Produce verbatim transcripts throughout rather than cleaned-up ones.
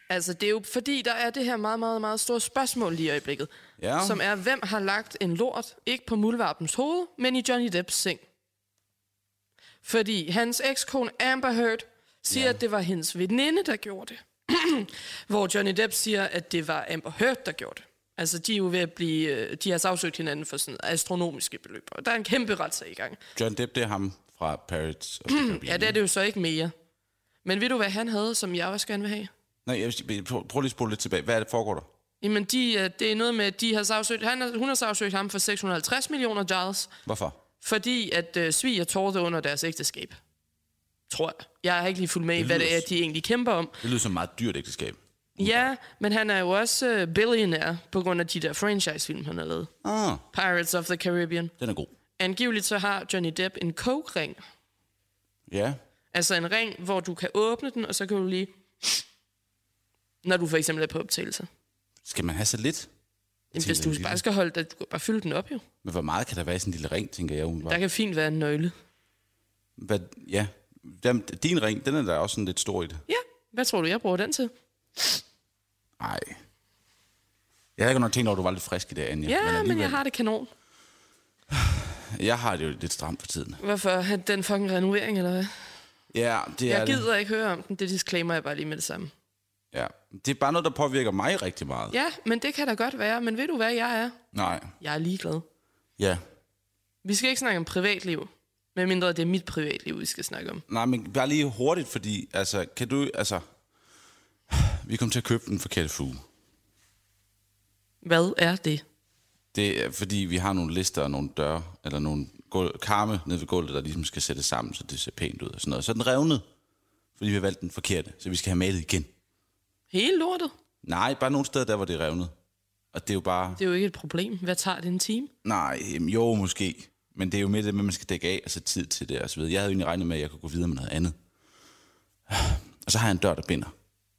Altså, det er jo fordi, der er det her meget, meget, meget store spørgsmål lige i øjeblikket. Ja. Som er, hvem har lagt en lort, ikke på muldvarpens hoved, men i Johnny Depps seng. Fordi hans ekskone Amber Heard siger, ja. at det var hendes veninde, der gjorde det. Hvor Johnny Depp siger, at det var Amber Heard, der gjorde det. Altså, de er jo ved at blive... De har sagsøgt hinanden for sådan astronomiske beløb. Og der er en kæmpe retssag i gang. John Depp, det er ham fra Pirates of the Caribbean. Ja, det er det jo så ikke mere. Men ved du, hvad han havde, som jeg også gerne vil have? Nej, jeg vil, prøv, prøv lige at spole lidt tilbage. Hvad er det, foregår der? Jamen, de, det er noget med, at de har sagsøgt... Han, hun har sagsøgt ham for seks hundrede og halvtreds millioner dollars. Hvorfor? Fordi at øh, svig og tårte under deres ægteskab. Tror jeg. Jeg har ikke lige fulgt med i, hvad det er, de egentlig kæmper om. Det lyder som meget dyrt ægteskab. Ja, men han er jo også uh, billionaire på grund af de der franchise-film, han har lavet. Ah. Pirates of the Caribbean. Den er god. Angiveligt så har Johnny Depp en coke-ring. Ja. Altså en ring, hvor du kan åbne den, og så kan du lige... Når du for eksempel er på optagelse. Skal man have så lidt? Jamen, hvis du bare skal holde det, du kan bare fylde den op jo. Men hvor meget kan der være i sådan en lille ring, tænker jeg. Umiddelbart. Der kan fint være en nøgle. Hvad, ja, den, din ring, den er da også sådan lidt stor i det. Ja, hvad tror du, jeg bruger den til? Nej. Jeg havde ikke nok tænkt over, at du var lidt frisk i dag, Anja. Ja, men, alligevel... men jeg har det kanon. Jeg har det jo lidt stramt for tiden. Hvorfor? Den fucking renovering, eller hvad? Ja, det er Jeg gider det. ikke høre om den. Det disclaimer jeg bare lige med det samme. Ja, det er bare noget, der påvirker mig rigtig meget. Ja, men det kan da godt være. Men ved du, hvad jeg er? Nej. Jeg er ligeglad. Ja. Vi skal ikke snakke om privatliv. Medmindre det er mit privatliv, vi skal snakke om. Nej, men bare lige hurtigt, fordi, altså, kan du, altså... Vi kom til at købe den forkerte fuge. Hvad er det? Det er, fordi vi har nogle lister og nogle døre, eller nogle gulv, karme nede ved gulvet, der ligesom skal sættes sammen, så det ser pænt ud og sådan noget. Så er den revnet, fordi vi har valgt den forkerte, så vi skal have malet igen. Hele lortet? Nej, bare nogle steder, der hvor det er revnet. Og det er jo bare... Det er jo ikke et problem. Hvad tager det en time? Nej, jamen, jo, måske. Men det er jo med det, med, at man skal dække af og sætte tid til det og så videre. Jeg havde jo egentlig regnet med, at jeg kunne gå videre med noget andet. Og så har jeg en dør, der binder.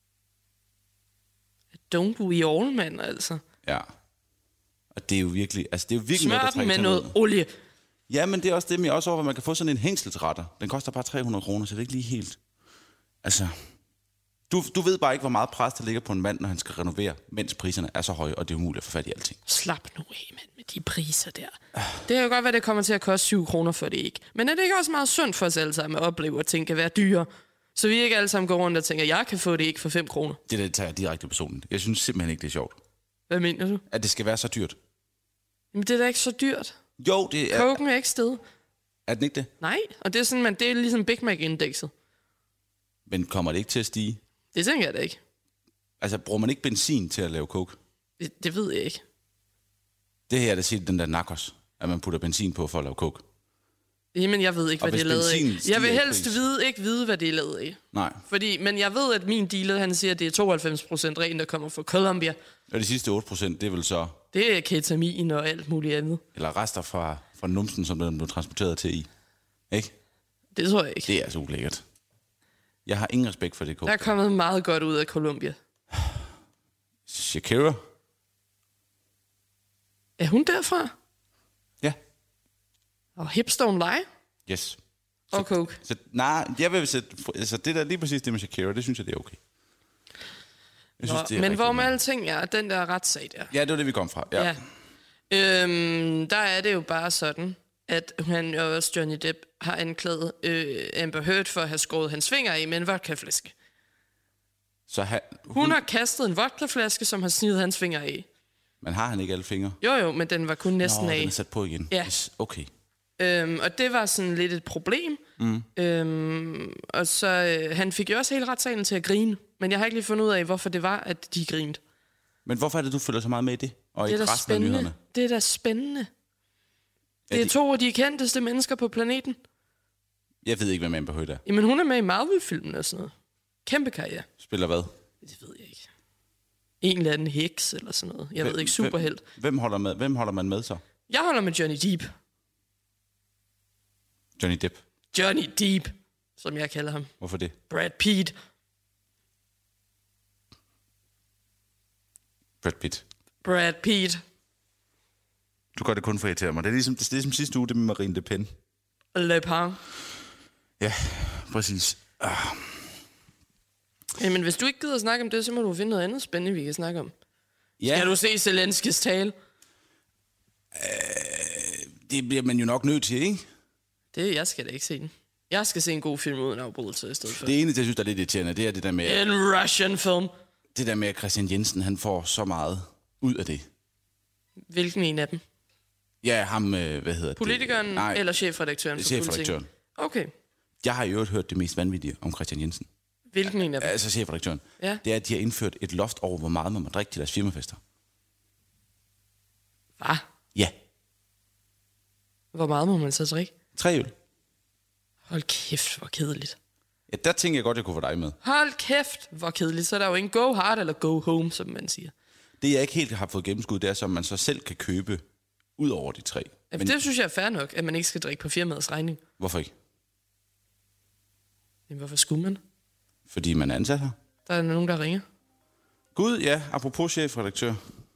Don't we all, mand, altså. Ja. Og det er jo virkelig... Altså, det er jo virkelig Smør noget, der den med trækker noget ud. olie. Ja, men det er også det, men jeg også over, at man kan få sådan en hængselsretter. Den koster bare tre hundrede kroner, så det er ikke lige helt... Altså... Du, du ved bare ikke, hvor meget pres der ligger på en mand, når han skal renovere, mens priserne er så høje, og det er umuligt at få fat i alting. Slap nu af, mand, med de priser der. Det kan jo godt være, det kommer til at koste syv kroner for det ikke. Men er det ikke også meget sundt for os alle sammen at opleve, at ting kan være dyre? Så vi ikke alle sammen går rundt og tænker, jeg kan få det ikke for fem kroner. Det der tager jeg direkte personligt. Jeg synes simpelthen ikke, det er sjovt. Hvad mener du? At det skal være så dyrt. Jamen, det er da ikke så dyrt. Jo, det er... Coken er ikke sted. Er den ikke det? Nej, og det er sådan, man, det er ligesom Big Mac-indekset. Men kommer det ikke til at stige? Det tænker jeg da ikke. Altså, bruger man ikke benzin til at lave coke? Det, det ved jeg ikke. Det her er da set den der Narcos, at man putter benzin på for at lave coke. Jamen, jeg ved ikke, Og hvad det er hvis lavet benzin af. stiger Jeg vil i helst pris. vide, ikke vide, hvad det er lavet af. Nej. Fordi, men jeg ved, at min dealer, han siger, at det er tooghalvfems procent ren, der kommer fra Colombia. Og de sidste otte procent, det er vel så... Det er ketamin og alt muligt andet. Eller rester fra, fra numsen, som den blev transporteret til i. Ikke? Det tror jeg ikke. Det er altså ulækkert. Jeg har ingen respekt for det coke. Der er kommet meget godt ud af Colombia. Shakira? Er hun derfra? Ja. Og Hips Don't Lie? Yes. Og coke. Så, nej, jeg vil sætte... Altså, det der lige præcis det med Shakira, det synes jeg, det er okay. Jeg synes, Nå, det er men rigtig hvor med meget. alting er, den der retssag der. Ja, det var det, vi kom fra. Ja. Ja. Øhm, der er det jo bare sådan, at han og også Johnny Depp har anklaget øh, Amber Heard for at have skåret hans fingre i med en vodkaflaske. Så ha, Hun, hun, hun har kastet en vodkaflaske, som har snidet hans fingre af. Men har han ikke alle fingre? Jo jo, men den var kun næsten Nå, af. den er sat på igen. Ja. Yes, okay. Øhm, og det var sådan lidt et problem. Mm. Øhm, og så øh, han fik jo også hele retssalen til at grine. Men jeg har ikke lige fundet ud af, hvorfor det var, at de grinede. Men hvorfor er det, du følger så meget med i det? Og Det er ikke da resten af nyhederne? spændende. Det er da spændende. Det er de- to af de kendteste mennesker på planeten. Jeg ved ikke, hvem Amber Heard er. Jamen, hun er med i Marvel-filmen og sådan noget. Kæmpe karriere. Spiller hvad? Det ved jeg ikke. En eller anden heks eller sådan noget. Jeg Hvem- ved ikke, superhelt. Hvem, hvem, holder med, hvem holder man med så? Jeg holder med Johnny Depp. Johnny Depp. Johnny Depp, som jeg kalder ham. Hvorfor det? Brad Pitt. Brad Pitt. Brad Pitt. Du gør det kun for at irritere mig. Det er ligesom, det er ligesom sidste uge, det med Marine Le Pen. Le Pen. Ja, præcis. Ah. Hey, men hvis du ikke gider at snakke om det, så må du finde noget andet spændende, vi kan snakke om. Ja. Skal du se Zelenskis tale? Øh, det bliver man jo nok nødt til, ikke? Det, jeg skal da ikke se den. Jeg skal se en god film uden afbrydelse i stedet for. Det eneste, jeg synes, der er lidt irriterende, det er det der med... En Russian film. Det der med, at Christian Jensen, han får så meget ud af det. Hvilken en af dem? Ja, ham, øh, hvad hedder Politikeren det? Nej, eller chefredaktøren for chefredaktøren. Politiken? Okay. Jeg har i øvrigt hørt det mest vanvittige om Christian Jensen. Hvilken en af dem? Altså chefredaktøren. Ja. Det er, at de har indført et loft over, hvor meget man må drikke til deres firmafester. Hvad? Ja. Hvor meget må man så drikke? Tre øl. Hold kæft, hvor kedeligt. Ja, der tænker jeg godt, jeg kunne få dig med. Hold kæft, hvor kedeligt. Så er der jo ingen go hard eller go home, som man siger. Det, jeg ikke helt har fået gennemskud, det er, som man så selv kan købe ud over de tre. Ja, Men det synes jeg er fair nok, at man ikke skal drikke på firmaets regning. hvorfor ikke? Jamen, hvorfor skulle man? Fordi man er ansat her. Der er nogen, der ringer. Gud, ja, apropos chefredaktør.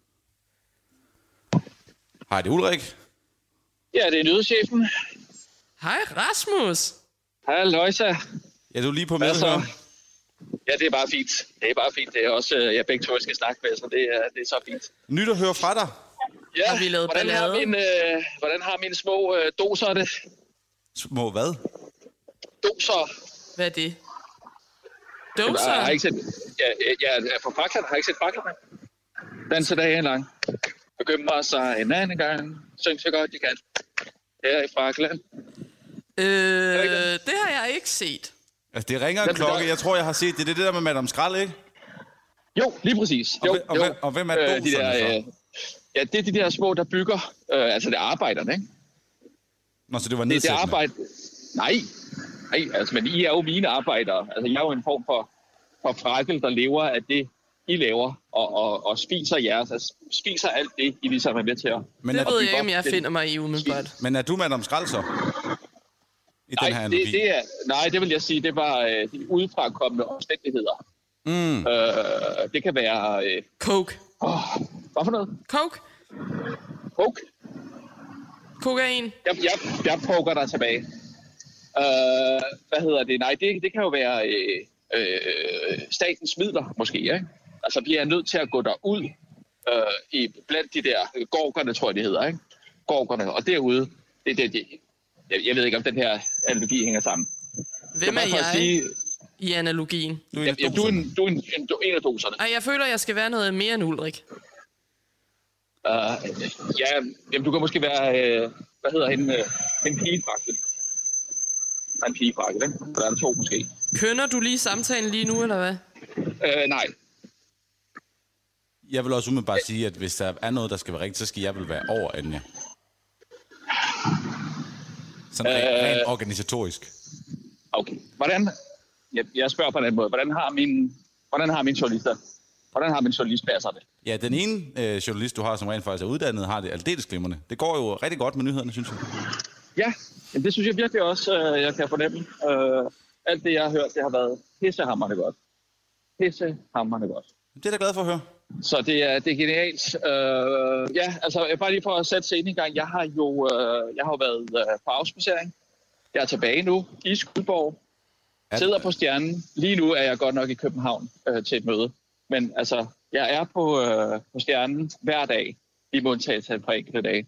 Hej, det er Ulrik. Ja, det er nyhedschefen. Hej, Rasmus. Halløjsa. Ja, du er lige på Hvad med så? her. Ja, det er bare fint. Det er bare fint. Det er også øh, jeg begge to, jeg skal snakke med, så det er, det er så fint. Nyt at høre fra dig. Ja, Har vi lavet hvordan har, ballade? min, øh, hvordan har mine små øh, doser det? Små hvad? Doser. Hvad er det? Jeg har Doser? ikke set... Ja, jeg er fra faklerne. Har ikke set faklerne. Danser dagen lang. Begynder sig en anden gang. Syng så godt, de kan. Her i Frakland. Øh, det har jeg ikke set. Altså, det ringer en Jamen, klokke. der- Jeg tror, jeg har set det. Det er det der med Madame Skrald, ikke? Jo, lige præcis. Og Jo, hvem- og jo. hvem- og hvem er Øh, de doserne der, så? øh, Ja, det er de der små, der bygger. Øh, altså, det er arbejderne, ikke? Nå, så det var Det, det er nedsættende. arbejde... Nej. Nej, altså, men I er jo mine arbejdere. Altså, jeg er jo en form for, for frækkel, der lever af det, I laver, og, og, og spiser jeres. Altså, spiser alt det, I ligesom er med til at... Men Det er, ved jeg ikke, om bygge jeg op. finder mig i umiddelbart. men er du Madame Skrald så? I den her Nej, analogi. det, det er, nej, det vil jeg sige, det var øh, de udefrakommende omstændigheder. Mm. Øh, det kan være... Øh, Coke. åh, hvad for noget? Coke? Coke? Kokain? Jeg, jeg, jeg poker dig tilbage. Øh, hvad hedder det? Nej, det, det kan jo være øh, øh, statens midler, måske, ikke? Altså, vi er nødt til at gå derud øh, i, blandt de der øh, gorkerne, tror jeg, det hedder, ikke? Gorkerne, og derude, det, det, det, jeg, jeg ved ikke, om den her analogi hænger sammen. Hvem er Det bare for jeg at sige, i analogien? Du er ja, en ja, af du er doserne. en, du er en, en, en af doserne. Ej, jeg føler, jeg skal være noget mere end Ulrik. Uh, ja, jamen, du kan måske være, uh, hvad hedder hende, uh, en pigefrakkel. En pigefrakkel, ikke? Der er der to måske. Kønner du lige samtalen lige nu, eller hvad? Uh, nej, Jeg vil også umiddelbart sige, at hvis der er noget, der skal være rigtigt, så skal jeg vel være over Anja. Sådan rent, rent organisatorisk. okay. Hvordan, jeg, jeg spørger på den anden måde, hvordan har min, hvordan har min journalister, hvordan har min journalistpladser det? Ja, den ene øh, journalist, du har, som rent faktisk er uddannet, har det aldeles glimrende. Det går jo rigtig godt med nyhederne, synes jeg. Ja, men det synes jeg virkelig også, uh, jeg kan fornemme. Uh, alt det, jeg har hørt, det har været pissehammerende godt. Pissehammerende godt. Det er jeg da glad for at høre. Så det er, det er genialt. Uh, ja, altså bare lige for at sætte scenen i gang. Jeg har jo, uh, jeg har jo været uh, på afspacering. Jeg er tilbage nu i Skuldborg. Er- Sidder på Stjernen. Lige nu er jeg godt nok i København uh, til et møde. Men altså, jeg er på, uh, på Stjernen hver dag. I modtagelse af et par enkelte dage.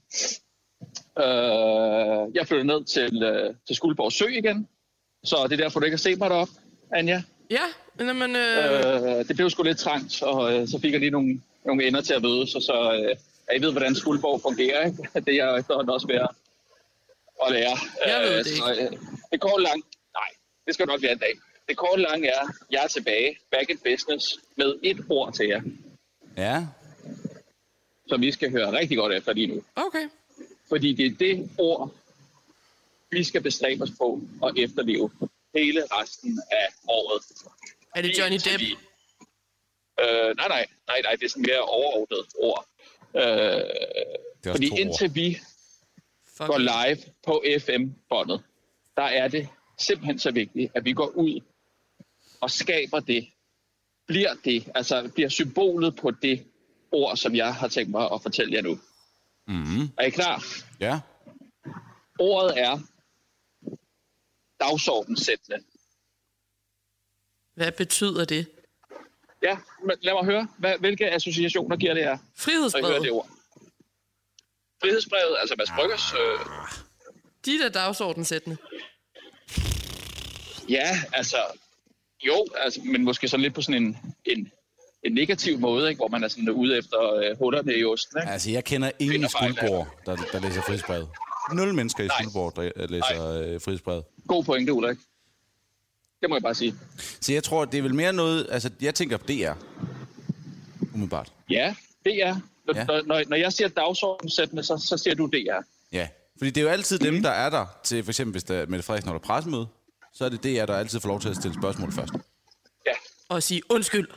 Uh, jeg flytter ned til, uh, til Skuldborg Sø igen. Så det er derfor, du ikke har set mig deroppe, Anja. Ja, men... men øh... Øh, det blev sgu lidt trangt, og øh, så fik jeg lige nogle, nogle ender til at mødes, og så øh, jeg ved, hvordan Skuldborg fungerer, ikke? Det er jeg efterhånden også ved at at lære. Jeg ved Øh, det så, øh, det går langt. Nej, det skal nok være en dag. Det går langt er, jeg er tilbage, back in business, med et ord til jer, Ja. som I skal høre rigtig godt efter lige nu. Okay. Fordi det er det ord, vi skal bestræbe os på at efterleve hele resten af året. Er det Johnny Depp? Fordi- Øh, nej, nej, nej, nej, det er sådan mere overordnet ord. Øh, Det er fordi også to indtil vi Fuck går it. live på F M-båndet, der er det simpelthen så vigtigt, at vi går ud og skaber det, bliver det, altså bliver symbolet på det ord, som jeg har tænkt mig at fortælle jer nu. Mm-hmm. Er I klar? Ja. Ordet er dagsordensættende. Hvad betyder det? Ja, men lad mig høre. Hvad, hvilke associationer giver det her? Frihedsbrevet. Det ord? Frihedsbrevet, altså Mads Bryggers... Øh... De der dagsordensættende. Ja, altså... Jo, altså, men måske sådan lidt på sådan en, en, en negativ måde, ikke? Hvor man er sådan ude efter øh, hullerne i osten. Ikke? Altså, jeg kender ingen i Skuldborg, der, der læser frihedsbrevet. Nul mennesker i Skuldborg, der læser øh, frihedsbrevet. God pointe, Ulrik. Det må jeg bare sige. Så jeg tror, det er vel mere noget... Altså, jeg tænker på D R. Umiddelbart. Ja, D R. Når, Ja. når, når jeg siger dagsordenssættende, så, så siger du D R. Ja, fordi det er jo altid dem, der er der til, for eksempel hvis der Mette Frederiksen holder pressemøde, så er det D R, der altid får lov til at stille spørgsmål først. Ja. Og sige undskyld.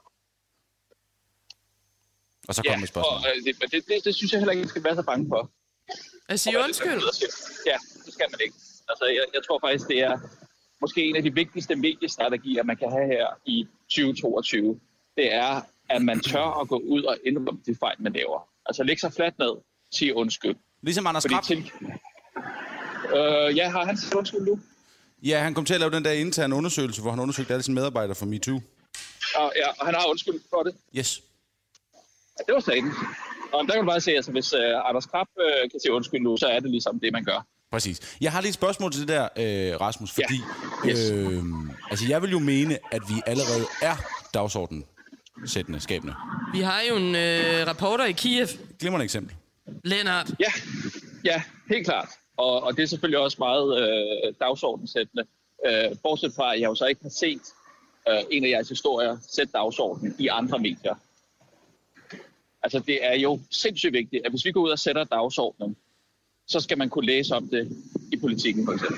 Og så Ja, kommer med spørgsmål. og, øh, det, men det, det, det synes jeg heller ikke, man skal være så bange for. At sige Og, undskyld. Ja, det skal man ikke. Altså, jeg, jeg tror faktisk, det er måske en af de vigtigste mediestrategier, man kan have her i tyve toogtyve. Det er, at man tør at gå ud og indrømme de fejl, man laver. Altså, læg sig fladt ned, sige undskyld. Ligesom Anders Krab. Til... Øh, ja, har han sagt undskyld nu? Ja, han kom til at lave den der interne undersøgelse, hvor han undersøgte alle sine medarbejdere for MeToo. Og, ja, og han har undskyld for det. Yes. Ja, det var staten. Og der kan du bare se, at altså, hvis uh, Anders Krab uh, kan sige undskyld nu, så er det ligesom det, man gør. Præcis. Jeg har lige et spørgsmål til det der, øh, Rasmus, fordi Ja. Yes. øh, altså, jeg vil jo mene, at vi allerede er dagsordenen sættende, skabende. Vi har jo en øh, reporter i Kiev, Glimrende eksempel. Lennart. Ja, ja, helt klart. Og, og det er selvfølgelig også meget øh, dagsordensættende. Øh, bortset fra, at jeg jo så ikke har set øh, en af jeres historier sætte dagsordenen i andre medier. Altså, det er jo sindssygt vigtigt, at hvis vi går ud og sætter dagsordenen, så skal man kunne læse om det i Politikken, for eksempel.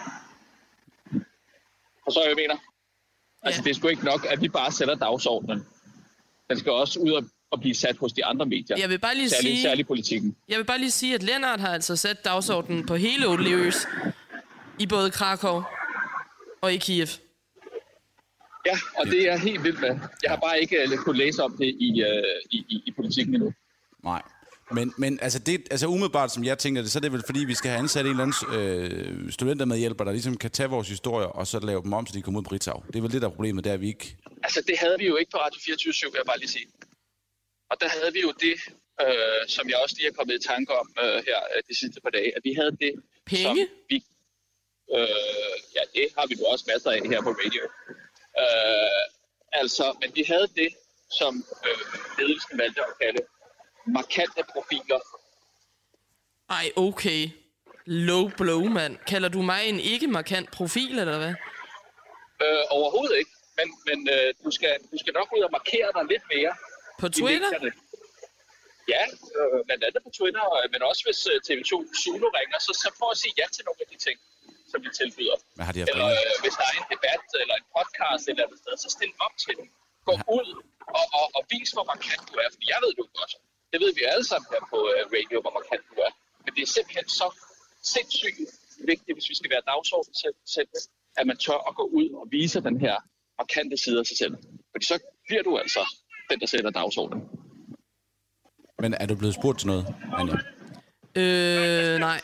Forstår jeg, hvad jeg mener? Altså, Ja. det er sgu ikke nok, at vi bare sætter dagsordenen. Den skal også ud og, og blive sat hos de andre medier. Jeg vil bare lige Særlig, sige- særlig Politikken. Jeg vil bare lige sige, at Lennart har altså sat dagsordenen på hele Oløs i både Krakow og i Kiev. Ja, og det er jeg helt vildt med. Jeg har bare ikke uh, kunnet læse om det i, uh, i, i, i Politikken endnu. Nej. Men, men altså, det, altså umiddelbart, som jeg tænker det, så er det vel fordi, vi skal have ansat en eller anden øh, studentermedhjælper, der ligesom kan tage vores historier, og så lave dem om, så de kommer ud på Ritzau. Det er vel det, der er problemet, det er vi ikke... Altså, det havde vi jo ikke på Radio fireogtyve syv, vil jeg bare lige sige. Og der havde vi jo det, øh, som jeg også lige er kommet i tanke om øh, her øh, de sidste par dage, at vi havde det, Penge? som vi... Øh, ja, det har vi jo også masser af her på radio. Øh, altså, men vi havde det, som øh, ledelsen valgte at kalde markante profiler. Ej, okay. Low blow, mand. Kalder du mig en ikke-markant profil, eller hvad? Øh, overhovedet ikke, men, men øh, du, skal, du skal nok ud og markere dig lidt mere. På i Twitter? medierne. Ja, øh, blandt andet på Twitter, øh, men også hvis øh, T V to Zulu ringer, så, så prøv at sige ja til nogle af de ting, som de tilbyder. Hvad har de haft Eller ringet? øh, hvis der er en debat eller en podcast et eller andet sted, så stil op til den. Gå ud og, og, og vis, hvor markant du er, fordi jeg ved det jo godt. Det ved vi alle sammen her på uh, radio, hvor markant du er. Men det er simpelthen så sindssygt vigtigt, hvis vi skal være dagsordensættende, at man tør at gå ud og vise den her markante side af sig selv. Fordi så bliver du altså den, der sætter dagsordenen. Men er du blevet spurgt til noget, Anja? Øh, nej.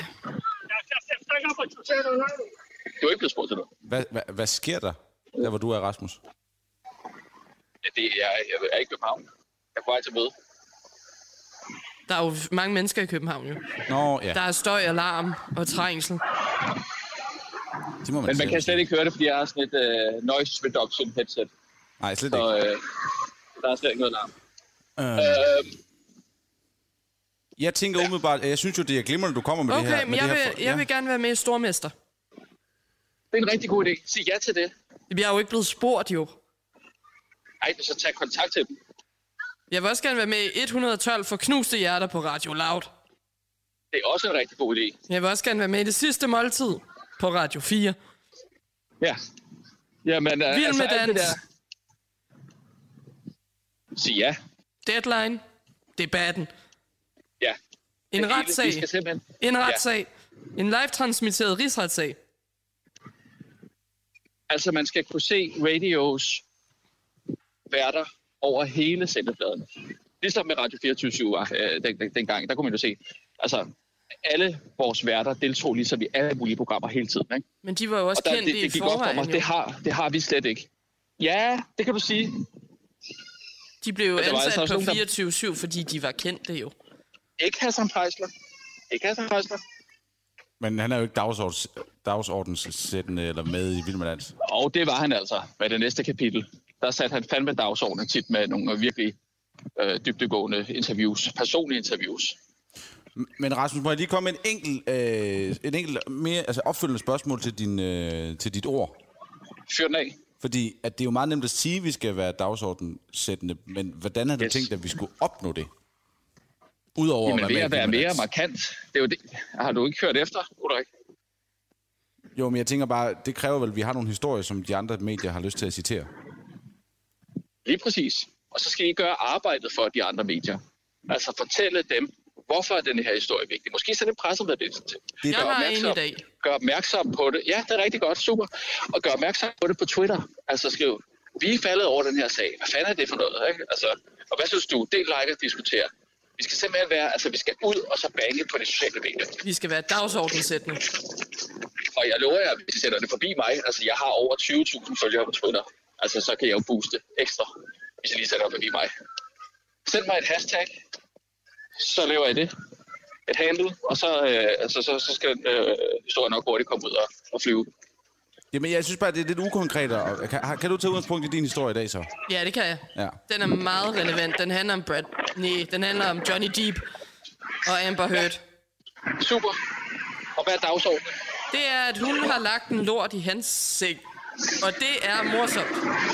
Du er ikke blevet spurgt til noget. Hvad, hvad, hvad sker der, der hvor du er, Rasmus? Ja, det er, jeg er ikke i København. Jeg er på vej til møde. Der er jo mange mennesker i København, jo. Nå, ja. Der er støj, alarm og trængsel. Det må man Men man selv kan sige. slet ikke høre det, fordi jeg har sådan et uh, noise reduction headset. Nej, slet Så ikke. uh, der er slet ikke noget larm. Øhm, Uh, jeg tænker umiddelbart, jeg synes jo, det er glimrende, du kommer med det her. Okay, men med jeg det her vil, for- jeg vil gerne være med i Stormester. det er en rigtig god idé. Sig ja til det. Jeg er jo ikke blevet spurgt, jo. Ej, så tag kontakt til dem. Jeg vil også gerne være med i et hundrede og tolv for knuste hjerter på Radio Loud. Det er også en rigtig god idé. Jeg vil også gerne være med i det sidste måltid på Radio fire. Ja. Jamen, uh, Vild med alt det dans. der. Sig ja. Deadline. Debatten. Ja. En Det hele, retssag. Vi skal simpelthen... En retssag. En live-transmitteret rigsretssag. Altså, man skal kunne se radios værter over hele sendefladen. Ligesom med Radio fireogtyve syv var øh, den, den, dengang, der kunne man jo se, altså alle vores værter deltog ligesom i alle mulige programmer hele tiden, ikke? Men de var jo også Og der, kendte det, i det gik op for forvejen, mig, jo. det har, det har vi slet ikke. Ja, det kan du sige. De blev jo altså ansat på nogen, der... fireogtyve syv, fordi de var kendte jo. Ikke Hassan Preisler. Ikke Hassan Preisler. Men han er jo ikke dagsordens, dagsordenssættende eller med i Vild med Dans. Og det var han altså med det næste kapitel. Der satte han fandme dagsordenen tit med nogle virkelig øh, dybdegående interviews, personlige interviews. Men Rasmus, må jeg lige komme med en enkelt, øh, en enkelt mere altså opfølgende spørgsmål til, din, øh, til dit ord? Fyr den af. Fordi at det er jo meget nemt at sige, at vi skal være dagsordenssættende, men hvordan har du yes. tænkt, at vi skulle opnå det? Udover Jamen at ved være, at være mere markant. Det er jo det. Har du ikke hørt efter, Ulrik? Jo, men jeg tænker bare, det kræver vel, at vi har nogle historier, som de andre medier har lyst til at citere. Lige præcis. Og så skal I gøre arbejdet for de andre medier. Altså fortælle dem, hvorfor er den her historie vigtig. Måske sende en pressemeddelelse til. Jeg har en i dag. Gør opmærksom på det. Ja, det er rigtig godt. Super. Og gør opmærksom på det på Twitter. Altså skriv, vi er faldet over den her sag. Hvad fanden er det for noget? Ikke? Altså, og hvad synes du? Del, like og diskutere. Vi skal simpelthen være, altså vi skal ud og så bange på de sociale medier. Vi skal være dagsordenssættende. Og jeg lover jer, hvis I sætter det forbi mig, altså jeg har over tyve tusind følgere på Twitter. Altså så kan jeg jo booste ekstra, hvis jeg lige sætter det forbi mig. Send mig et hashtag, så laver jeg det. Et handle, og så, øh, altså, så, så skal øh, historien nok hurtigt komme ud og, og flyve. Jamen, jeg synes bare, det er lidt ukonkret. Kan, kan du tage udgangspunkt i din historie i dag, så? Ja, det kan jeg. Ja. Den er meget relevant. Den handler om Brad... Nej, den handler om Johnny Depp og Amber Heard. Ja. Super. Og hvad er dagsordenen? Det er, at hun har lagt en lort i hans seng. Og det er morsomt.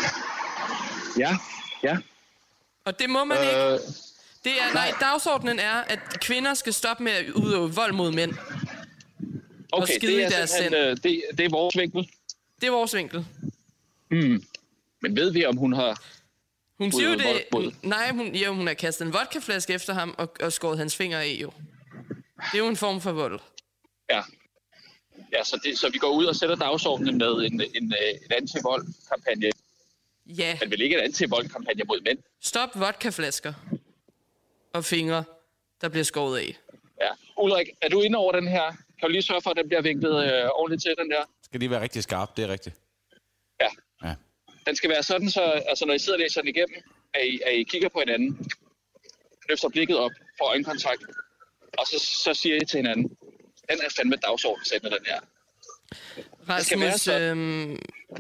Ja, ja. Og det må man øh... ikke. Det er, nej, dagsordenen er, at kvinder skal stoppe med at udøve vold mod mænd. Okay, og skide det er, i deres sind. Øh, det, det er vores vinkel. Det er vores vinkel. Hmm. Men ved vi, om hun har... Hun siger jo det... Nej, hun, jo, hun har kastet en vodkaflaske efter ham og, og skåret hans fingre af, jo. Det er jo en form for vold. Ja. Ja, så, det, så vi går ud og sætter dagsordenen med en, en, en, en anti-vold-kampagne. Ja. Men vel ikke en anti-vold-kampagne mod mænd. Stop vodkaflasker og fingre, der bliver skåret af. Ja. Ulrik, er du inde over den her? Kan du lige sørge for, at den bliver vinklet øh, ordentligt til, den der? Skal lige være rigtig skarp, det er rigtigt. Ja. Ja. Den skal være sådan, så altså, når I sidder og læser den igennem, at I, at I kigger på hinanden, løfter blikket op, får øjenkontakt, og så, så siger I til hinanden, den er fandme dagsordensættende, den her. Rasmus, øhm,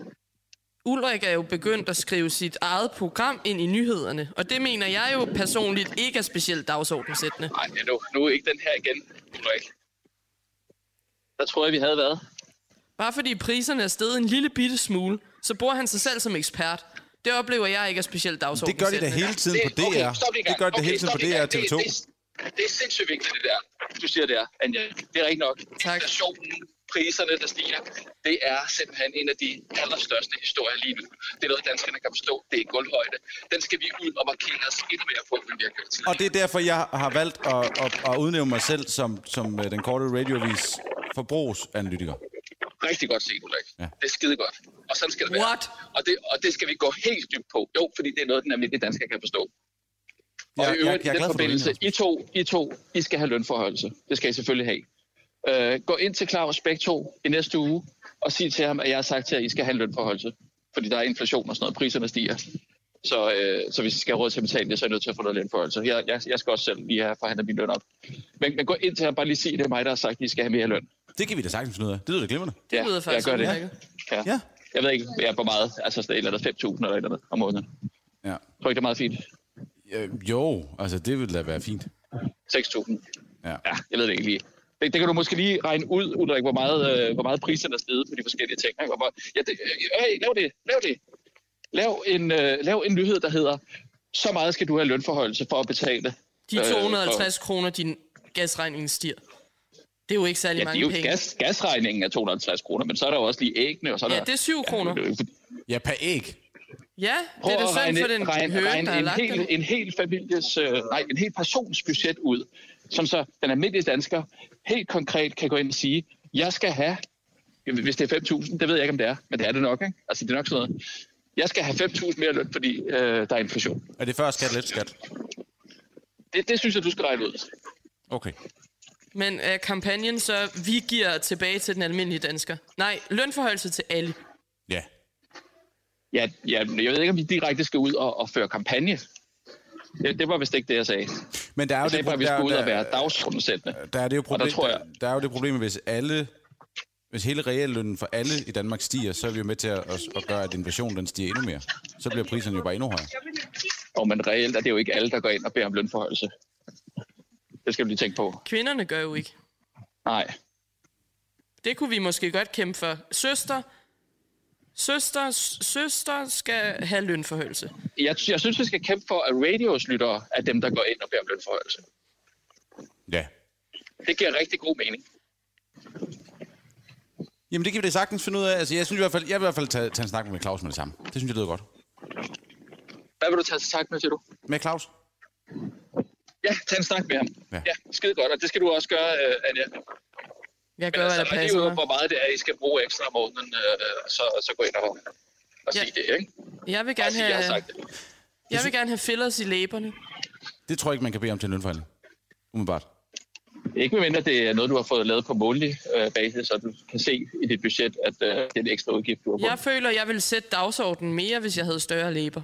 Ulrik er jo begyndt at skrive sit eget program ind i nyhederne, og det mener jeg jo personligt ikke er specielt dagsordensættende. Nej, nu, nu er ikke den her igen, Ulrik. Der tror jeg, vi havde været. Bare fordi priserne er steget en lille bitte smule, så bruger han sig selv som ekspert. Det oplever jeg ikke er specielt dagsordensættende. Det gør de da hele tiden på D R. Okay, det gør de da okay, hele tiden på D R og T V to. Det, det, det er sindssygt vigtigt, det der. Du siger det, Anja. Det er rigtigt nok. Tak. Inflationen, priserne, der stiger, det er simpelthen en af de allerstørste historier lige nu. Det er noget, danskerne kan forstå. Det er gulvhøjde. Den skal vi ud og markere os endnu mere på, end vi har gjort tidligere. Og det er derfor, jeg har valgt at, at, at udnævne mig selv som, som den korte radiovis forbrugsanalytiker. Rigtig godt set, Ulrik. Ja. Det er skide godt. Og sådan skal det være. What? Og det, og det skal vi gå helt dybt på. Jo, fordi det er noget, den almindelige dansker kan forstå. Og Ja, i øvrigt, jeg, jeg er i den glad for, forbindelse, I to, I to, I skal have lønforhøjelse. Det skal I selvfølgelig have. Uh, gå ind til Claus begge to i næste uge, og sig til ham, at jeg har sagt til jer, at I skal have en lønforhøjelse. Fordi der er inflation og sådan noget. Priserne stiger. Så, uh, så hvis I skal have råd til at betale det, så er I nødt til at få noget lønforhøjelse. Jeg, jeg, jeg skal også selv lige have forhandlet min løn op. Men, men gå ind til ham, bare lige sige, det er mig, der har sagt, at I skal have mere løn. Det kan vi da sagtens finde ud af. Det lyder da glimrende. Det lyder faktisk jeg gør det. udmærket. Ja. Ja. Jeg ved ikke, jeg er på meget, altså det er et eller andet fem tusind eller et eller andet om måneden. Ja. Jeg tror ikke, det er meget fint. Øh, jo, altså det ville da være fint. seks tusind. Ja. Ja, jeg ved det ikke lige. Det, det kan du måske lige regne ud, Ulrik, hvor meget, øh, hvor meget priserne er steget på de forskellige ting. Ikke? Hvor, ja, det, øh, hey, lav det, lav det. Lav en, øh, lav en nyhed, der hedder, så meget skal du have lønforhøjelse for at betale. De to hundrede og halvtreds øh, kroner, din gasregning stiger. Det er jo ikke særlig ja, mange det er jo penge. Gas, gasregningen er to hundrede og halvtreds kroner, men så er der jo også lige æggene. Og så er Ja, der, det er syv kroner. Ja, per æg. Ja, det er det synd for den regne, høne, regne der har en, lagt hel, den. en hel families, øh, nej, en hel persons budget ud, som så den almindelige dansker helt konkret kan gå ind og sige, jeg skal have, hvis det er fem tusind, det ved jeg ikke, om det er, men det er det nok, ikke? Altså, det er nok sådan noget. Jeg skal have fem tusind mere løn, fordi øh, der er inflation. Er det før skat, let skat? Det, det synes jeg, du skal regne ud. Okay. Men er kampagnen så, vi giver tilbage til den almindelige dansker? Nej, lønforhøjelse til alle. Ja. Ja, ja, jeg ved ikke, om vi direkte skal ud og, og føre kampagne. Det, det var vist ikke det, jeg sagde. Men der er jo jeg sagde det bare, at vi skulle ud og være der, dagsordensættende. der er det jo problem, der, tror jeg, der, der er jo det problem, hvis alle, hvis hele reallønnen for alle i Danmark stiger, så er vi jo med til at, at, at gøre, at inflationen den stiger endnu mere. Så bliver priserne jo bare endnu højere. Og men reelt er det jo ikke alle, der går ind og beder om lønforhøjelse. Det skal du lige tænke på. Kvinderne gør jo ikke. Nej. Det kunne vi måske godt kæmpe for. Søster, søster, søster skal have lønforhøjelse. Jeg, jeg synes, vi skal kæmpe for, at radios lyttere er dem, der går ind og beder om lønforhøjelse. Ja. Det giver rigtig god mening. Jamen det kan vi da sagtens finde ud af. Altså, jeg synes i hvert fald, jeg vil i hvert fald tage, tage en snak med Claus med det samme. Det synes jeg lyder godt. Hvad vil du tage til snak med, siger du? Med Claus? Ja, tag en snak med ham. Ja, ja skide godt, og det skal du også gøre, uh, Anja. Jeg gør, Men hvad altså, der passer mig. Hvor meget det er, I skal bruge ekstra om måneden, uh, så, så gå ind og, og ja. sige det, ikke? Jeg vil gerne sige, have, jeg, har sagt det. jeg vil gerne have fillers i læberne. Det tror jeg ikke, man kan bede om til en lønforhandling. Umiddelbart. Ikke medmindre det er noget, du har fået lavet på månedlig øh, basis, så du kan se i dit budget, at øh, det er en ekstra udgift, du har fået. Jeg føler, jeg ville sætte dagsordenen mere, hvis jeg havde større læber.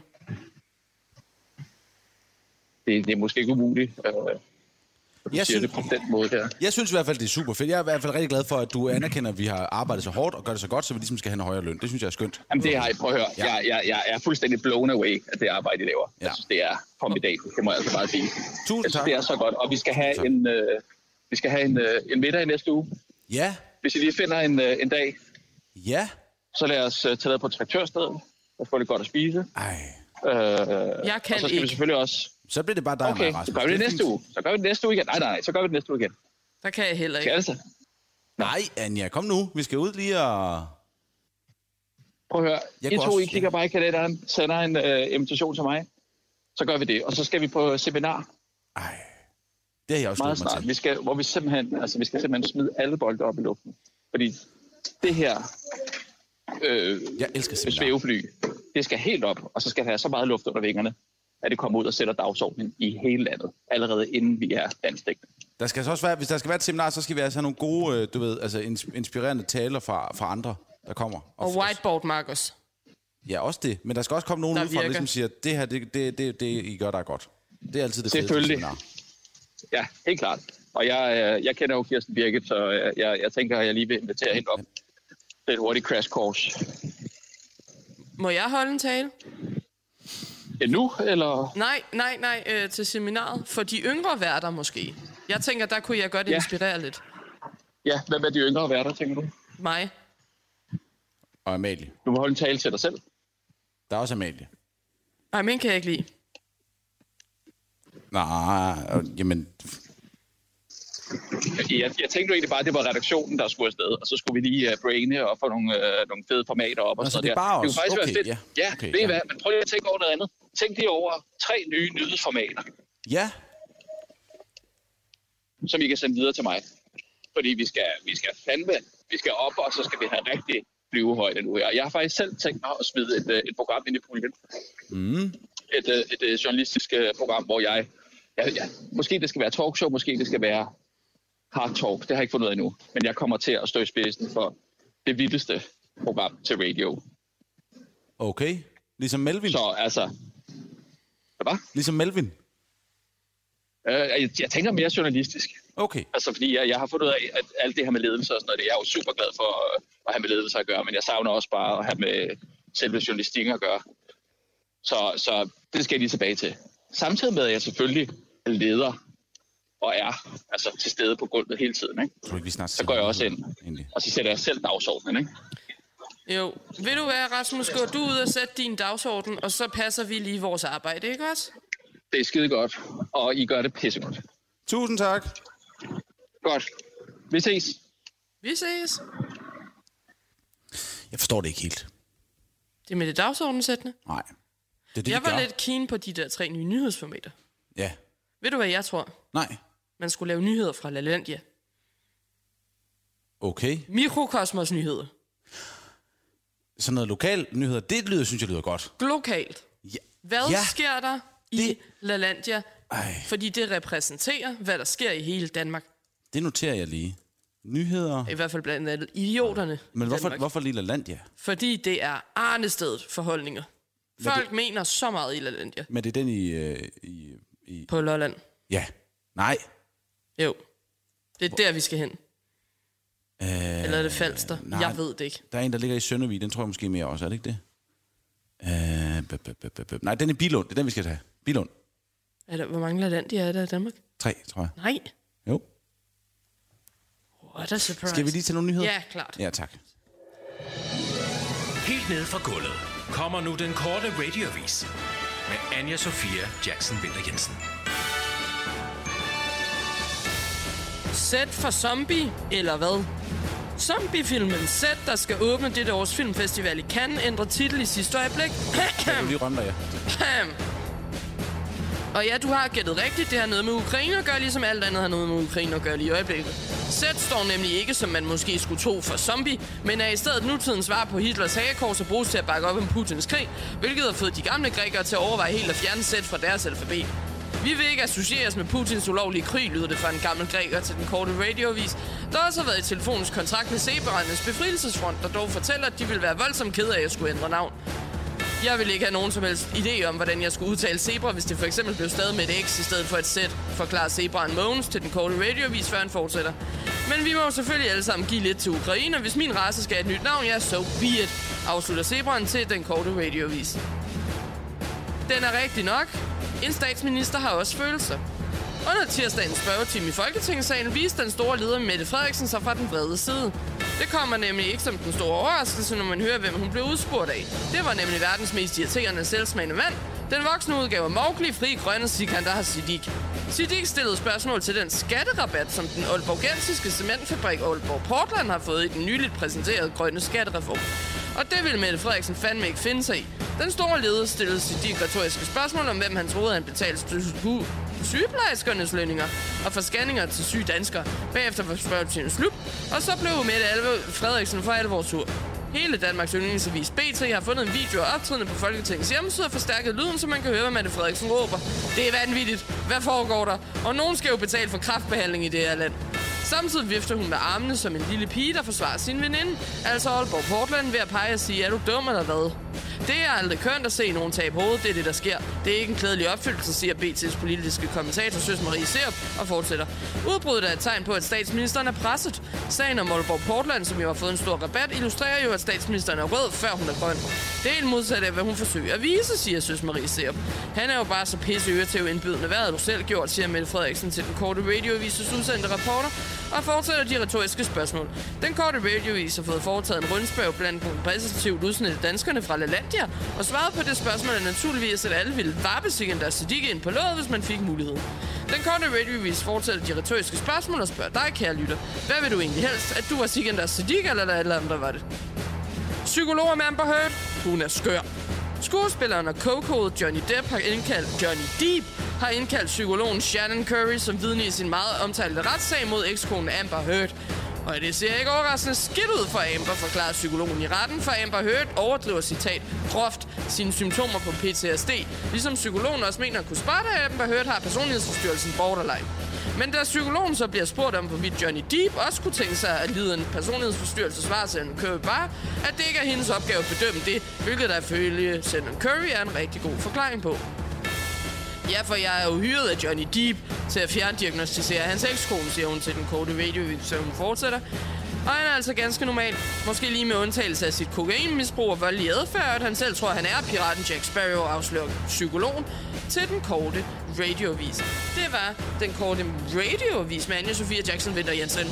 Det, det er måske ikke umuligt. Øh, jeg, synes, det på den måde der. jeg synes i hvert fald, det er super fedt. Jeg er i hvert fald rigtig glad for, at du anerkender, at vi har arbejdet så hårdt og gør det så godt, så vi ligesom skal have en højere løn. Det synes jeg er skønt. Jamen det har jeg. Prøv at høre. Ja. Jeg, jeg, jeg er fuldstændig blown away af det arbejde, I laver. Ja. Jeg synes, det er formidabelt. Det må jeg altså bare sige. Tusind jeg synes, tak. det er så godt. Og vi skal have en, øh, vi skal have en, øh, en middag i næste uge. Ja. Hvis I lige finder en, øh, en dag, ja. så lad os øh, tage ned på traktørstedet og få det godt at spise. Ej. Øh, jeg kan og så skal ikke. vi selvfølgelig også... Så bliver det bare dig, okay, Rasmus. så gør vi det næste uge. Så gør vi det næste uge igen. Nej, nej, nej, så gør vi det næste uge igen. Der kan jeg heller ikke. Skal altså? Nej, Anja, kom nu. Vi skal ud lige og... Prøv at høre. Jeg I to, også, I kigger bare i kalenderen, sender en øh, invitation til mig. Så gør vi det. Og så skal vi på seminar. Ej, det har jeg også meget glædet mig snart. til. Vi skal, hvor vi simpelthen, altså, vi skal simpelthen smide alle bolde op i luften. Fordi det her øh, jeg elsker seminar. svævefly, det skal helt op, og så skal der have så meget luft under vingerne, at det kommer ud og sætter dagsordenen i hele landet, allerede inden vi er landsdækkende. Der skal så også være, hvis der skal være et seminar, så skal vi altså have nogle gode, øh, du ved, altså inspirerende taler fra, fra andre, der kommer. Og, og whiteboard markers. Ja, også det. Men der skal også komme nogen ud fra, der ligesom siger, det her, det, det, det, det I gør, der er godt. Det er altid det fedeste seminar. Ja, helt klart. Og jeg, jeg kender jo Kirsten Birgit, så jeg, jeg tænker, at jeg lige vil invitere hende op. Det er et hurtigt crash course. Må jeg holde en tale? Ja, nu, eller? Nej, nej, nej, øh, til seminaret. For de yngre værter måske. Jeg tænker, der kunne jeg godt ja. inspirere lidt. Ja, hvem er de yngre værter, tænker du? Mig. Og Amalie. Du må holde en tale til dig selv. Der er også Amalie. Nej, men kan jeg ikke lide. Nej, jamen... Jeg, jeg tænkte jo egentlig bare, at det var redaktionen, der skulle afsted, og så skulle vi lige uh, braine og få nogle, uh, nogle fede formater op. Og altså, sådan det er bare der. Det kunne faktisk okay, være fedt. Ja, ja okay, ved I ja. hvad? Men prøv lige at tænke over noget andet. Tænk lige over tre nye nyhedsformater. Ja. Som I kan sende videre til mig. Fordi vi skal, vi skal fandme, vi skal op, og så skal vi have rigtig flyvehøjde nu her. Jeg har faktisk selv tænkt mig at smide et, et program ind i puljen. Mm. Et, et, et journalistisk program, hvor jeg... Ja, ja, måske det skal være talkshow, måske det skal være hard talk. Det har jeg ikke fundet ud af endnu. Men jeg kommer til at stå i spidsen for det vildeste program til radio. Okay. Ligesom Melvin? Så altså... Hvad? Ligesom Melvin? Uh, jeg, jeg tænker mere journalistisk. Okay. Altså fordi jeg, jeg har fundet ud af, at alt det her med ledelse og sådan noget, det er jeg jo super glad for at have med ledelse at gøre. Men jeg savner også bare at have med selve journalistikken at gøre. Så, så det skal jeg lige tilbage til. Samtidig med, at jeg selvfølgelig er leder og er altså, til stede på gulvet hele tiden, ikke? Tror ikke, vi snart så går jeg også ind, egentlig. og så sætter jeg selv dagsordenen. Ikke? Jo, vil du være, Rasmus, går du ud og sætte din dagsorden, og så passer vi lige vores arbejde, ikke også? Det er skide godt, og I gør det pissegodt. Tusind tak. Godt. Vi ses. Vi ses. Jeg forstår det ikke helt. Det er med det dagsordensættende? Nej. Det er det, jeg var gør. lidt keen på de der tre nye nyhedsformater. Ja. Ved du, hvad jeg tror? Nej. Man skulle lave nyheder fra LaLandia. Okay. Mikrokosmos nyheder. Sådan noget lokal nyheder, det lyder, synes jeg lyder godt. Lokalt. Ja. Hvad ja. sker der i det... LaLandia? Ej. Fordi det repræsenterer, hvad der sker i hele Danmark. Det noterer jeg lige. Nyheder. I hvert fald blandt andet idioterne. Men hvorfor, hvorfor lige LaLandia? Fordi det er arnestedet for holdninger. Folk det... mener så meget i LaLandia. Men det er den i... Øh, i, i... På Lolland. Ja. Nej. Jo. Det er der, vi skal hen. Øh, Eller er det Falster? Nej, jeg ved det ikke. Der er en, der ligger i Søndervig. Den tror jeg måske mere også. Er det ikke det? Øh, b- b- b- b- nej, den er Billund. Det er den, vi skal tage. Billund. Er der, hvor mange LaLandia er der i Danmark? Tre, tror jeg. Nej. Jo. What a surprise. Skal vi lige tage nogle nyheder? Ja, klart. Ja, tak. Helt ned fra gulvet kommer nu den korte radioavis med Anja Sofia Jackson Winther Jensen. Sæt for zombie, eller hvad? Zombiefilmen Sæt, der skal åbne dette års filmfestival i Cannes, ændrer titel i sidste øjeblik. Kan du lige rømme dig, ja. Og ja, du har gættet rigtigt. Det har noget med Ukraine at gøre, ligesom alt andet har noget med Ukraine at gøre lige i øjeblikket. Sæt står nemlig ikke, som man måske skulle tro, for zombie, men er i stedet nutidens svar på Hitlers hagekors og bruges til at bakke op om Putins krig, hvilket har fået de gamle grækere til at overveje helt at fjerne Sæt fra deres alfabet. Vi vil ikke associeres med Putins ulovlige krig, lyder det fra en gammel græker til den korte radioavis, der også har været i telefonens kontrakt med Zebraernes befrielsesfront, der dog fortæller, at de vil være voldsomt kede af at skulle ændre navn. Jeg vil ikke have nogen som helst idé om, hvordan jeg skulle udtale zebra, hvis det for eksempel blev stadig med et X i stedet for et Z, forklarer zebraen Mogens til den korte radioavis, før han fortsætter. Men vi må jo selvfølgelig alle sammen give lidt til Ukraine, og hvis min race skal have et nyt navn, ja, so be it, afslutter zebraen til den korte radioavis. Den er rigtig nok. En statsminister har også følelser. Under tirsdagens spørgetime i Folketingssalen viste den store leder Mette Frederiksen sig fra den brede side. Det kommer nemlig ikke som den store overraskelse, når man hører, hvem hun blev udspurgt af. Det var nemlig verdens mest irriterende selvsmagende mand. Den voksne udgave af Mowgli, Fri Grønne Sikandar Siddiq. Siddiq stillede spørgsmål til den skatterabat, som den aalborgensiske cementfabrik Aalborg Portland har fået i den nyligt præsenterede grønne skattereform. Og det ville Mette Frederiksen fandme ikke finde sig i. Den store leder stillede Siddiq retoriske spørgsmål om, hvem han troede, han betalte sygeplejerskernes lønninger og for scanninger til syge danskere. Bagefter var spørgetimen slut, og så blev Mette Frederiksen for alvor sur. Hele Danmarks yndlingsavis B T har fundet en video af optrædende på Folketingets hjemmeside og forstærket lyden, så man kan høre, hvad Mette Frederiksen råber. Det er vanvittigt. Hvad foregår der? Og nogen skal jo betale for kræftbehandling i det her land. Samtidig vifter hun med armene som en lille pige, der forsvarer sin veninde, altså Aalborg Portland, ved at pege og sige, er du dum eller hvad? Det er aldrig kønt at se nogen tabe hovedet, det er det, der sker. Det er ikke en klædelig opfyldelse, siger B T's politiske kommentator Søs Marie Serup og fortsætter. Udbruddet er et tegn på, at statsministeren er presset. Sagen om Aalborg Portland, som jo har fået en stor rabat, illustrerer jo, at statsministeren er rød, før hun er grøn. Det er helt modsat af, hvad hun forsøger at vise, siger Søs Marie Serup. Han er jo bare så pisse øretæv indbydende. Hvad har du selv gjort, siger Mette Frederiksen til den korte radioavises udsendte rapporter, og fortsætter de retoriske spørgsmål. Den korte radioavis har fået foretaget en rundspørg blandt den repræsentativt udsnittet danskerne fra LaLandia, og svaret på det spørgsmål er naturligvis, at alle ville varpe Sikandar Siddiq ind på låget, hvis man fik muligheden. Den korte radioavis fortsætter de retoriske spørgsmål og spørger dig, kære lytter. Hvad vil du egentlig helst? At du var Sikandar Siddiq, eller eller andre var det? Psykolog med Amber Heard. Hun er skør. Skuespilleren og co-code Johnny Depp har indkaldt Johnny Depp har indkaldt psykologen Shannon Curry som vidne i sin meget omtalte retssag mod ekskonen Amber Heard. Og det ser ikke overraskende skidt ud for Amber, forklarer psykologen i retten, for Amber Heard overdriver citat groft sine symptomer på P T S D, ligesom psykologen også mener at kunne spare, at Amber Heard har personlighedsforstyrrelsen borderline. Men da psykologen så bliver spurgt om, hvorvidt Johnny Depp også kunne tænke sig at lide en personlighedsforstyrrelse, svarer Shannon Curry bare, at det ikke er hendes opgave at bedømme det, hvilket der ifølge Shannon Curry er en rigtig god forklaring på. Ja, for jeg er jo hyret af Johnny Depp til at fjerndiagnostisere hans ekskone, siger hun til den korte video, så hun fortsætter. Og han er altså ganske normal. Måske lige med undtagelse af sit kokainmisbrug og voldelig adfærd, at han selv tror, at han er piraten Jack Sparrow, afslører psykologen til den korte radioavis. Det var den korte radioavis med Anja Sofia Jackson Winther Jensen.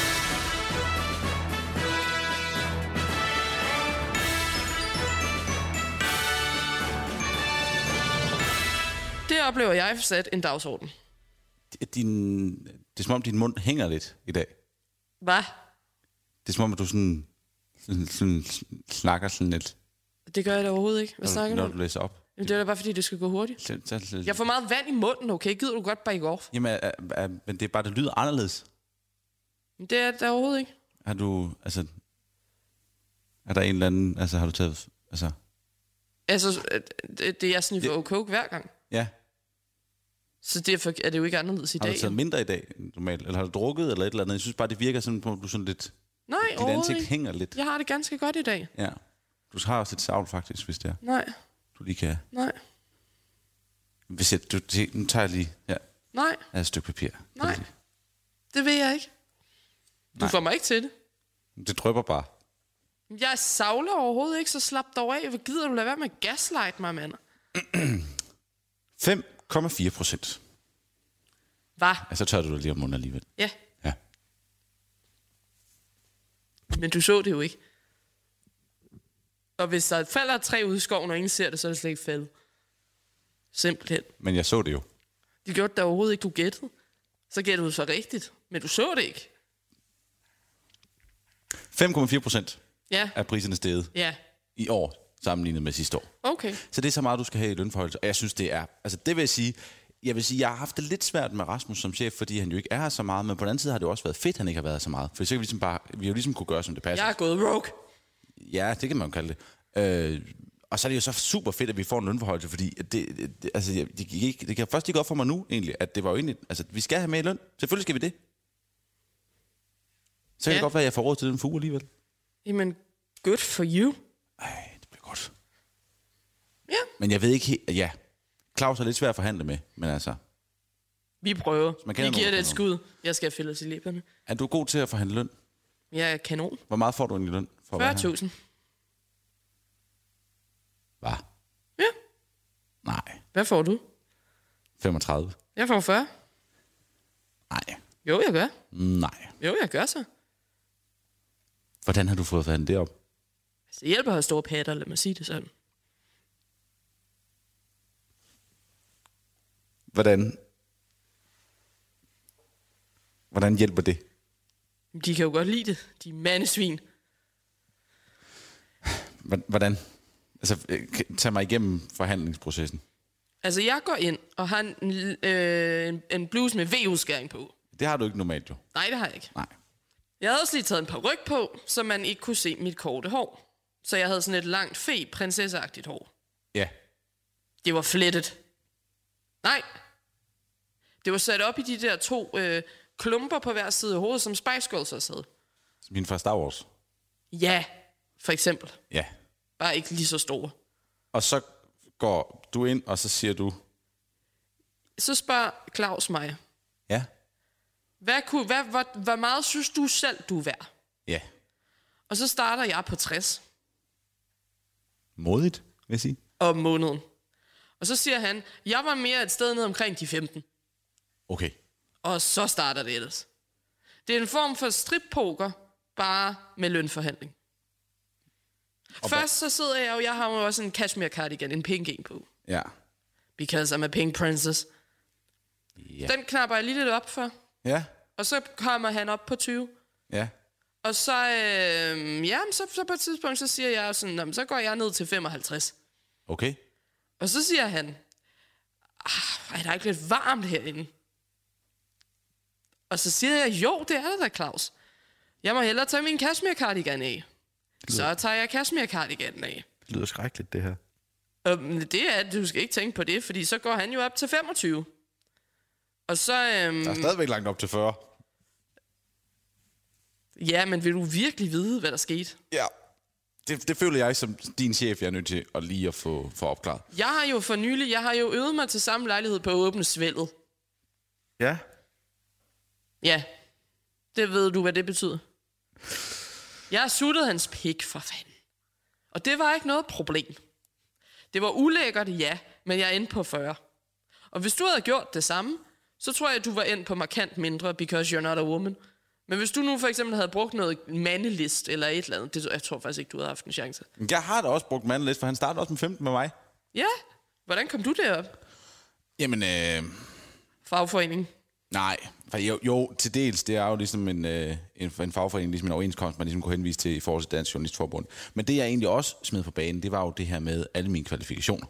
Det oplever jeg sat en dagsorden. Din, det er som om, din mund hænger lidt i dag. Hvad? Det er som om, at du sådan, sådan, sådan snakker sådan lidt. Det gør jeg da overhovedet ikke. Hvad snakker du? du? Når du læser op. Jamen, det er da bare, fordi det skal gå hurtigt. Jeg får meget vand i munden, okay? Gider du godt bike off? Jamen, er, er, men det er bare, det lyder anderledes. Det er det overhovedet ikke. Har du, altså... Er der en eller anden... Altså, har du taget... Altså... Altså, det, det er jeg sniffer det... coke hver gang. Ja. Så derfor er det jo ikke anderledes i har dag. Har du taget mindre i dag end normalt? Eller har du drukket eller et eller andet? Jeg synes bare, det virker sådan på, at du sådan lidt... Nej, dit ansigt hænger lidt. Jeg har det ganske godt i dag. Ja. Du har også et savl faktisk, hvis det er. Nej. Du du lige kan... Nej. Hvis jeg, du, nu tager jeg lige... Ja, Nej. jeg et stykke papir. Nej. Det vil jeg ikke. Du Nej. får mig ikke til det. Det drypper bare. Jeg savler overhovedet ikke, så slap dog af. Hvor gider du lade være med at gaslight mig, mand? fem komma fire procent. Hvad? Ja, så tør du lige om munden alligevel. Ja. Ja. Men du så det jo ikke. Og hvis der falder et træ ude i skoven, og ingen ser det, så er det slet ikke faldet. Simpelthen. Men jeg så det jo. Det gjorde det overhovedet ikke, du gættede. Så gættede du så rigtigt. Men du så det ikke. fem komma fire procent Ja. er priserne steget Ja. i år, sammenlignet med sidste år. Okay. Så det er så meget, du skal have i lønforhøjelse. Og jeg synes, det er... Altså, det vil jeg sige... Jeg vil sige, jeg har haft det lidt svært med Rasmus som chef, fordi han jo ikke er her så meget, men på den anden side har det jo også været fedt, at han ikke har været her så meget. For så kan vi ligesom bare... Vi har jo ligesom kunne gøre, som det passer. Jeg er gået rogue. Ja, det kan man jo kalde det. Øh, og så er det jo så super fedt, at vi får en lønforhøjelse, fordi det, det, altså, det, det, ikke, det kan først ikke op for mig nu, egentlig, at det var jo egentlig... Altså, vi skal have med i løn. Selvfølgelig skal vi det. Så kan Ja. det godt være, at jeg får råd til den fuge alligevel. Jamen, good for you. Ej, det bliver godt. Ja. Men jeg ved ikke helt... Ja, Claus er lidt svær at forhandle med, men altså... Vi prøver. man Vi kender giver nogen, det et der skud. Jeg skal fældes i læberne. Er du god til at forhandle løn? Jeg er kanon. Hvor meget får du egentlig i løn? For at være fyrre tusind. Hvad? Ja. Nej. Hvad får du? femogtredive. Jeg får fyrre. Nej. Jo, jeg gør. Nej. Jo, jeg gør så. Hvordan har du fået forhandlet det op? Altså, det hjælper at have store patter, lad mig sige det sådan. Hvordan? Hvordan hjælper det? De kan jo godt lide det. De er mandesvin. Hvordan? Altså, øh, tag mig igennem forhandlingsprocessen. Altså, jeg går ind og har en, øh, en, en bluse med V-udskæring på. Det har du ikke normalt, jo. Nej, det har jeg ikke. Nej. Jeg havde også lige taget en par ryg på, så man ikke kunne se mit korte hår. Så jeg havde sådan et langt, fe, prinsesseagtigt hår. Ja. Det var flettet. Nej. Det var sat op i de der to øh, klumper på hver side af hovedet, som Spice Girls også havde. Min fra Star Wars. Ja, for eksempel. Ja. Bare ikke lige så store. Og så går du ind, og så siger du... Så spørger Claus mig, Ja. hvad, kunne, hvad, hvor, hvor meget synes du selv, du er værd? Ja. Og så starter jeg på tres Modigt, vil jeg sige. om måneden. Og så siger han, jeg var mere et sted ned omkring de femten. Okay. Og så starter det ellers. Det er en form for strippoker, bare med lønforhandling. Og Først så sidder jeg jo, jeg har jo også en cashmere cardigan, en pink en på. Ja. Because I'm a pink princess. Ja. Den knapper jeg lige lidt op for. Ja. Og så kommer han op på tyve. Ja. Og så, øh, ja, så, så på et tidspunkt, så siger jeg sådan, "Nå, men så går jeg ned til femoghalvtreds. Okay. Og så siger han, ah, er der ikke lidt varmt herinde? Og så siger jeg, jo, det er det da, Claus. Jeg må hellere tage min cashmere cardigan af. Så tager jeg cashmere cardiganen af. Det lyder skrækkeligt, det her. Og det er, du skal ikke tænke på det, fordi så går han jo op til femogtyve. Og så, øhm, Der er stadigvæk langt op til fyrre. ja, men vil du virkelig vide, hvad der skete? Ja. Det, det føler jeg som din chef, jeg er nødt til at lige at få, få opklaret. Jeg har jo for nylig, jeg har jo øvet mig til samme lejlighed på at åbne svældet. Ja. Ja, det ved du, hvad det betyder. Jeg har suttet hans pik, for fanden. Og det var ikke noget problem. Det var ulækkert, ja, men jeg er inde på fyrre. Og hvis du havde gjort det samme, så tror jeg, at du var endt på markant mindre, because you're not a woman. Men hvis du nu for eksempel havde brugt noget mandelist eller et eller andet, det, jeg tror faktisk ikke, du havde haft en chance. Jeg har da også brugt mandlist, for han startede også med femten med mig. Ja, hvordan kom du derop? Jamen, øh, Fagforening. nej. For jo, jo, til dels, det er jo ligesom en, øh, en, en fagforening, ligesom en overenskomst, man ligesom kunne henvise til i forhold til Dansk Journalistforbund. Men det, jeg egentlig også smed på banen, det var jo det her med alle mine kvalifikationer.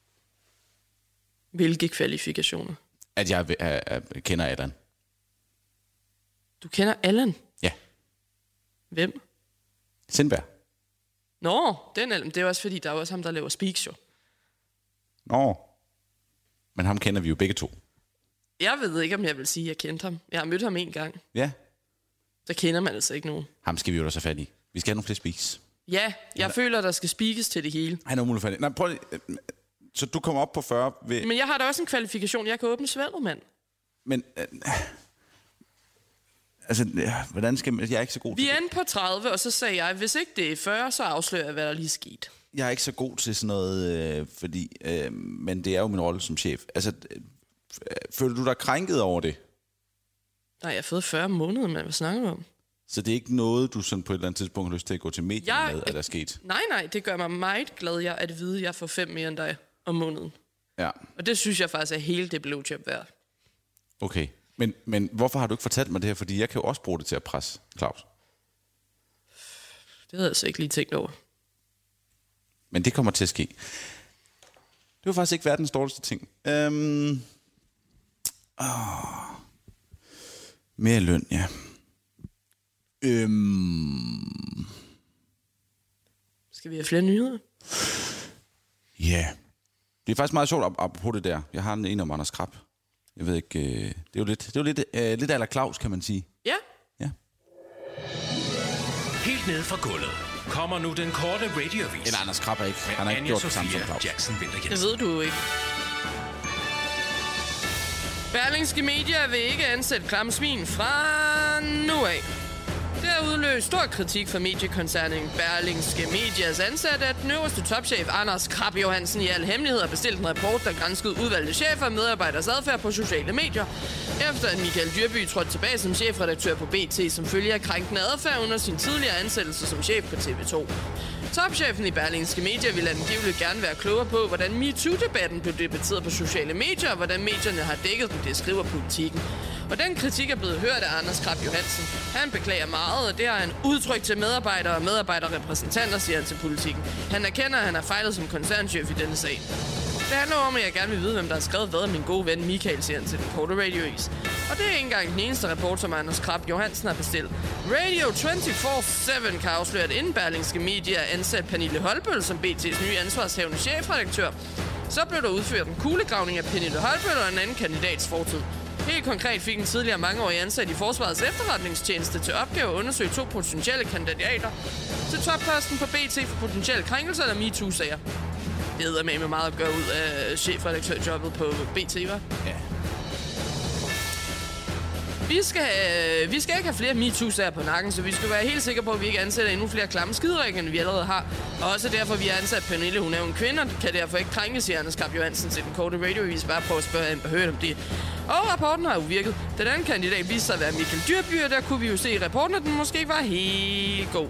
Hvilke kvalifikationer? At jeg øh, øh, kender Allan. Du kender Allan? Ja. Hvem? Sindberg. Nå, den Allan. Det er også fordi, der er også ham, der laver Speaks jo. Nå. Men ham kender vi jo begge to. Jeg ved ikke, om jeg vil sige, at jeg kendte ham. Jeg har mødt ham en gang. Ja. Så kender man altså ikke nogen. Ham skal vi jo da så fat i. Vi skal have nogle flere speaks. Ja, jeg ja. føler, der skal speakes til det hele. Han er umuligt fat i. Nej, prøv lige. så du kommer op på fyrre ved... Men jeg har da også en kvalifikation. Jeg kan åbne svældet, mand. Men... Øh, altså, ja, hvordan skal man... Jeg er ikke så god Vi til er inde på tredive, og så sagde jeg, hvis ikke det er fyrre, så afslører jeg, hvad der lige skete. Jeg er ikke så god til sådan noget, øh, fordi... Øh, men det er jo min rolle som chef. Altså, øh, føler du dig krænket over det? Nej, jeg har fået fyrre måneder, mand. Hvad snakker du om? Så det er ikke noget, du sådan på et eller andet tidspunkt har lyst til at gå til medierne jeg, med, at der er sket? Nej, nej, det gør mig meget glad jeg, at vide, at jeg får fem mere end dig om måneden. Ja. Og det synes jeg faktisk er hele det blowjob værd. Okay, men, men hvorfor har du ikke fortalt mig det her? Fordi jeg kan jo også bruge det til at presse Claus. Det havde jeg så ikke lige tænkt over. Men det kommer til at ske. Det var faktisk ikke verdens dårligste ting. Øhm, åh, mere løn, ja. Øhm, Skal vi have flere nyheder? Ja. Yeah. Det er faktisk meget sjovt apropos det der. Jeg har en om Anders Krab. Jeg ved ikke, øh, det er jo lidt, det er jo lidt, øh, lidt aller Claus, kan man sige. Ja. Ja. Helt ned fra gulvet kommer nu den korte radiovis. Eller Anders Krab er ikke. Han har ikke gjort det samme som Claus. Jackson Winther Jensen. Det ved du ikke. Berlingske Media vil ikke ansætte klamme svin fra nu af. Det har udløst stor kritik fra mediekoncernen Berlingske Medias ansatte, at den øverste topchef Anders Krab Johansen i al hemmelighed har bestilt en rapport, der granskede udvalgte chefer og medarbejderes adfærd på sociale medier, efter at Michael Dyrby trådte tilbage som chefredaktør på B T, som følge af krænkende adfærd under sin tidligere ansættelse som chef på T V to. Topchefen i Berlingske Media ville angiveligt gerne være klogere på, hvordan MeToo-debatten blev debatteret på sociale medier, og hvordan medierne har dækket den, det skriver Politikken. Og den kritik er blevet hørt af Anders Krab Johansen. Han beklager meget, og det har han udtrykt til medarbejdere og medarbejderrepræsentanter, siger han til Politikken. Han erkender, at han har fejlet som koncernchef i denne sag. Det handler om, at jeg gerne vil vide, hvem der har skrevet hvad af min gode ven Michael, siger han til den korte radiovis. Og det er ikke engang den eneste rapport, som Anders Krab Johansen har bestilt. Radio toogtyve syv kan afsløre, at inden Berlingske Media ansat Pernille Holbøl som B T's nye ansvarshavende chefredaktør, så blev der udført en kuglegravning af Pernille Holbøl og en anden kandidats fortid. Helt konkret fik en tidligere mangeårig ansat i Forsvarets efterretningstjeneste til opgave at undersøge to potentielle kandidater til topposten på B T for potentielle krænkelser eller MeToo-sager. Det hedder med meget at gøre ud af chefredaktørjobbet på B T, hva'? Ja. Vi skal, have, vi skal ikke have flere MeToo-sager på nakken, så vi skal være helt sikre på, at vi ikke ansætter endnu flere klamme skiderækker, end vi allerede har. Og også derfor, vi har ansat Pernille. Hun er jo en kvinde, og kan derfor ikke krænke, siger Anders Krab Johansen til den korte radiovis. Bare prøve at spørge Amber Heard om det. Og rapporten har jo virket. Den anden kandidat viste sig at være Michael Dyrby, og der kunne vi jo se i rapporten, at den måske ikke var helt god.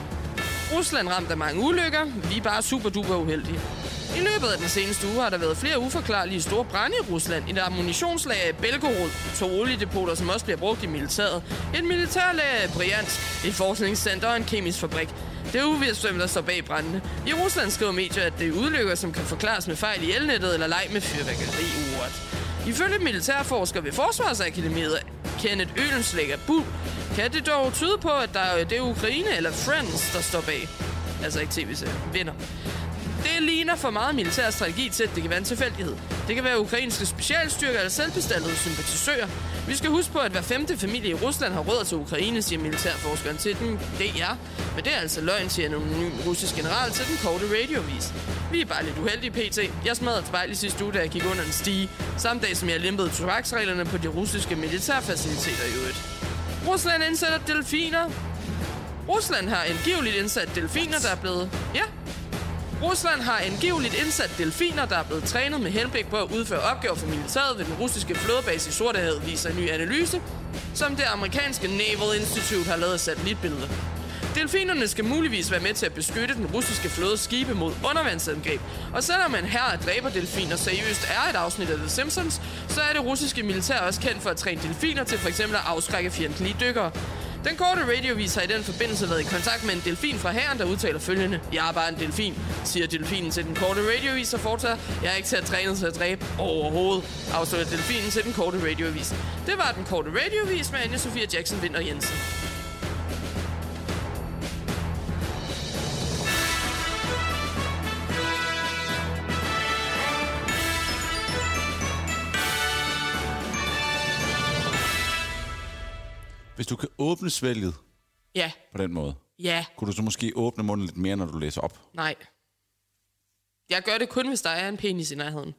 Rusland ramte af mange ulykker. Vi er bare super duper uheldige. I løbet af den seneste uge har der været flere uforklarlige store brande i Rusland. Et ammunitionslager i Belgorod, to oliedepoter, som også bliver brugt i militæret, et militærlager i Bryansk, et forskningscenter og en kemisk fabrik. Det er uvist, hvem der står bag brændene. I Rusland skriver medier, at det er ulykker, som kan forklares med fejl i elnettet eller leg med fyrværkeri. Ifølge militærforsker ved Forsvarsakademiet, Kenneth Øhlenslægger Bull, kan det dog tyde på, at der, det er Ukraine eller Friends, der står bag. Altså ikke tv-serier. Venner. Det ligner for meget militær strategi til, at det kan være en tilfældighed. Det kan være ukrainske specialstyrker eller selvbestallede sympatisører. Vi skal huske på, at hver femte familie i Rusland har rødder til Ukraine, siger militærforskeren til den D R. Men det er altså løgn, siger en anonym russisk general til den korte radiovis. Vi er bare lidt uheldige pt. Jeg smadrede et spejl i sidste uge, da jeg gik under en stige. Samme dag som jeg lempede tobaksreglerne på de russiske militærfaciliteter i øvrigt. Rusland indsætter delfiner. Rusland har angiveligt indsat delfiner, der er blevet... Ja, Rusland har angiveligt indsat delfiner, der er blevet trænet med henblik på at udføre opgaver for militæret ved den russiske flådebase i Sortehavet, viser en ny analyse, som det amerikanske Naval Institute har lavet satellitbilleder. Delfinerne skal muligvis være med til at beskytte den russiske flådes skibe mod undervandsangreb, og selvom man her af dræberdelfiner seriøst er et afsnit af The Simpsons, så er det russiske militær også kendt for at træne delfiner til f.eks. at afskrække fjendtlige dykkere. Den korte radiovis har i den forbindelse været i kontakt med en delfin fra hæren, der udtaler følgende: "Jeg er bare en delfin", siger delfinen til den korte radiovis og fortsætter: "Jeg er ikke til at træne til at dræbe overhovedet", afslutter delfinen til den korte radiovis. Det var den korte radiovis med Anja Sofia Jackson Winther Jensen. Hvis du kan åbne svælget Ja. på den måde, Ja. kunne du så måske åbne munden lidt mere, når du læser op? Nej. Jeg gør det kun, hvis der er en penis i nærheden.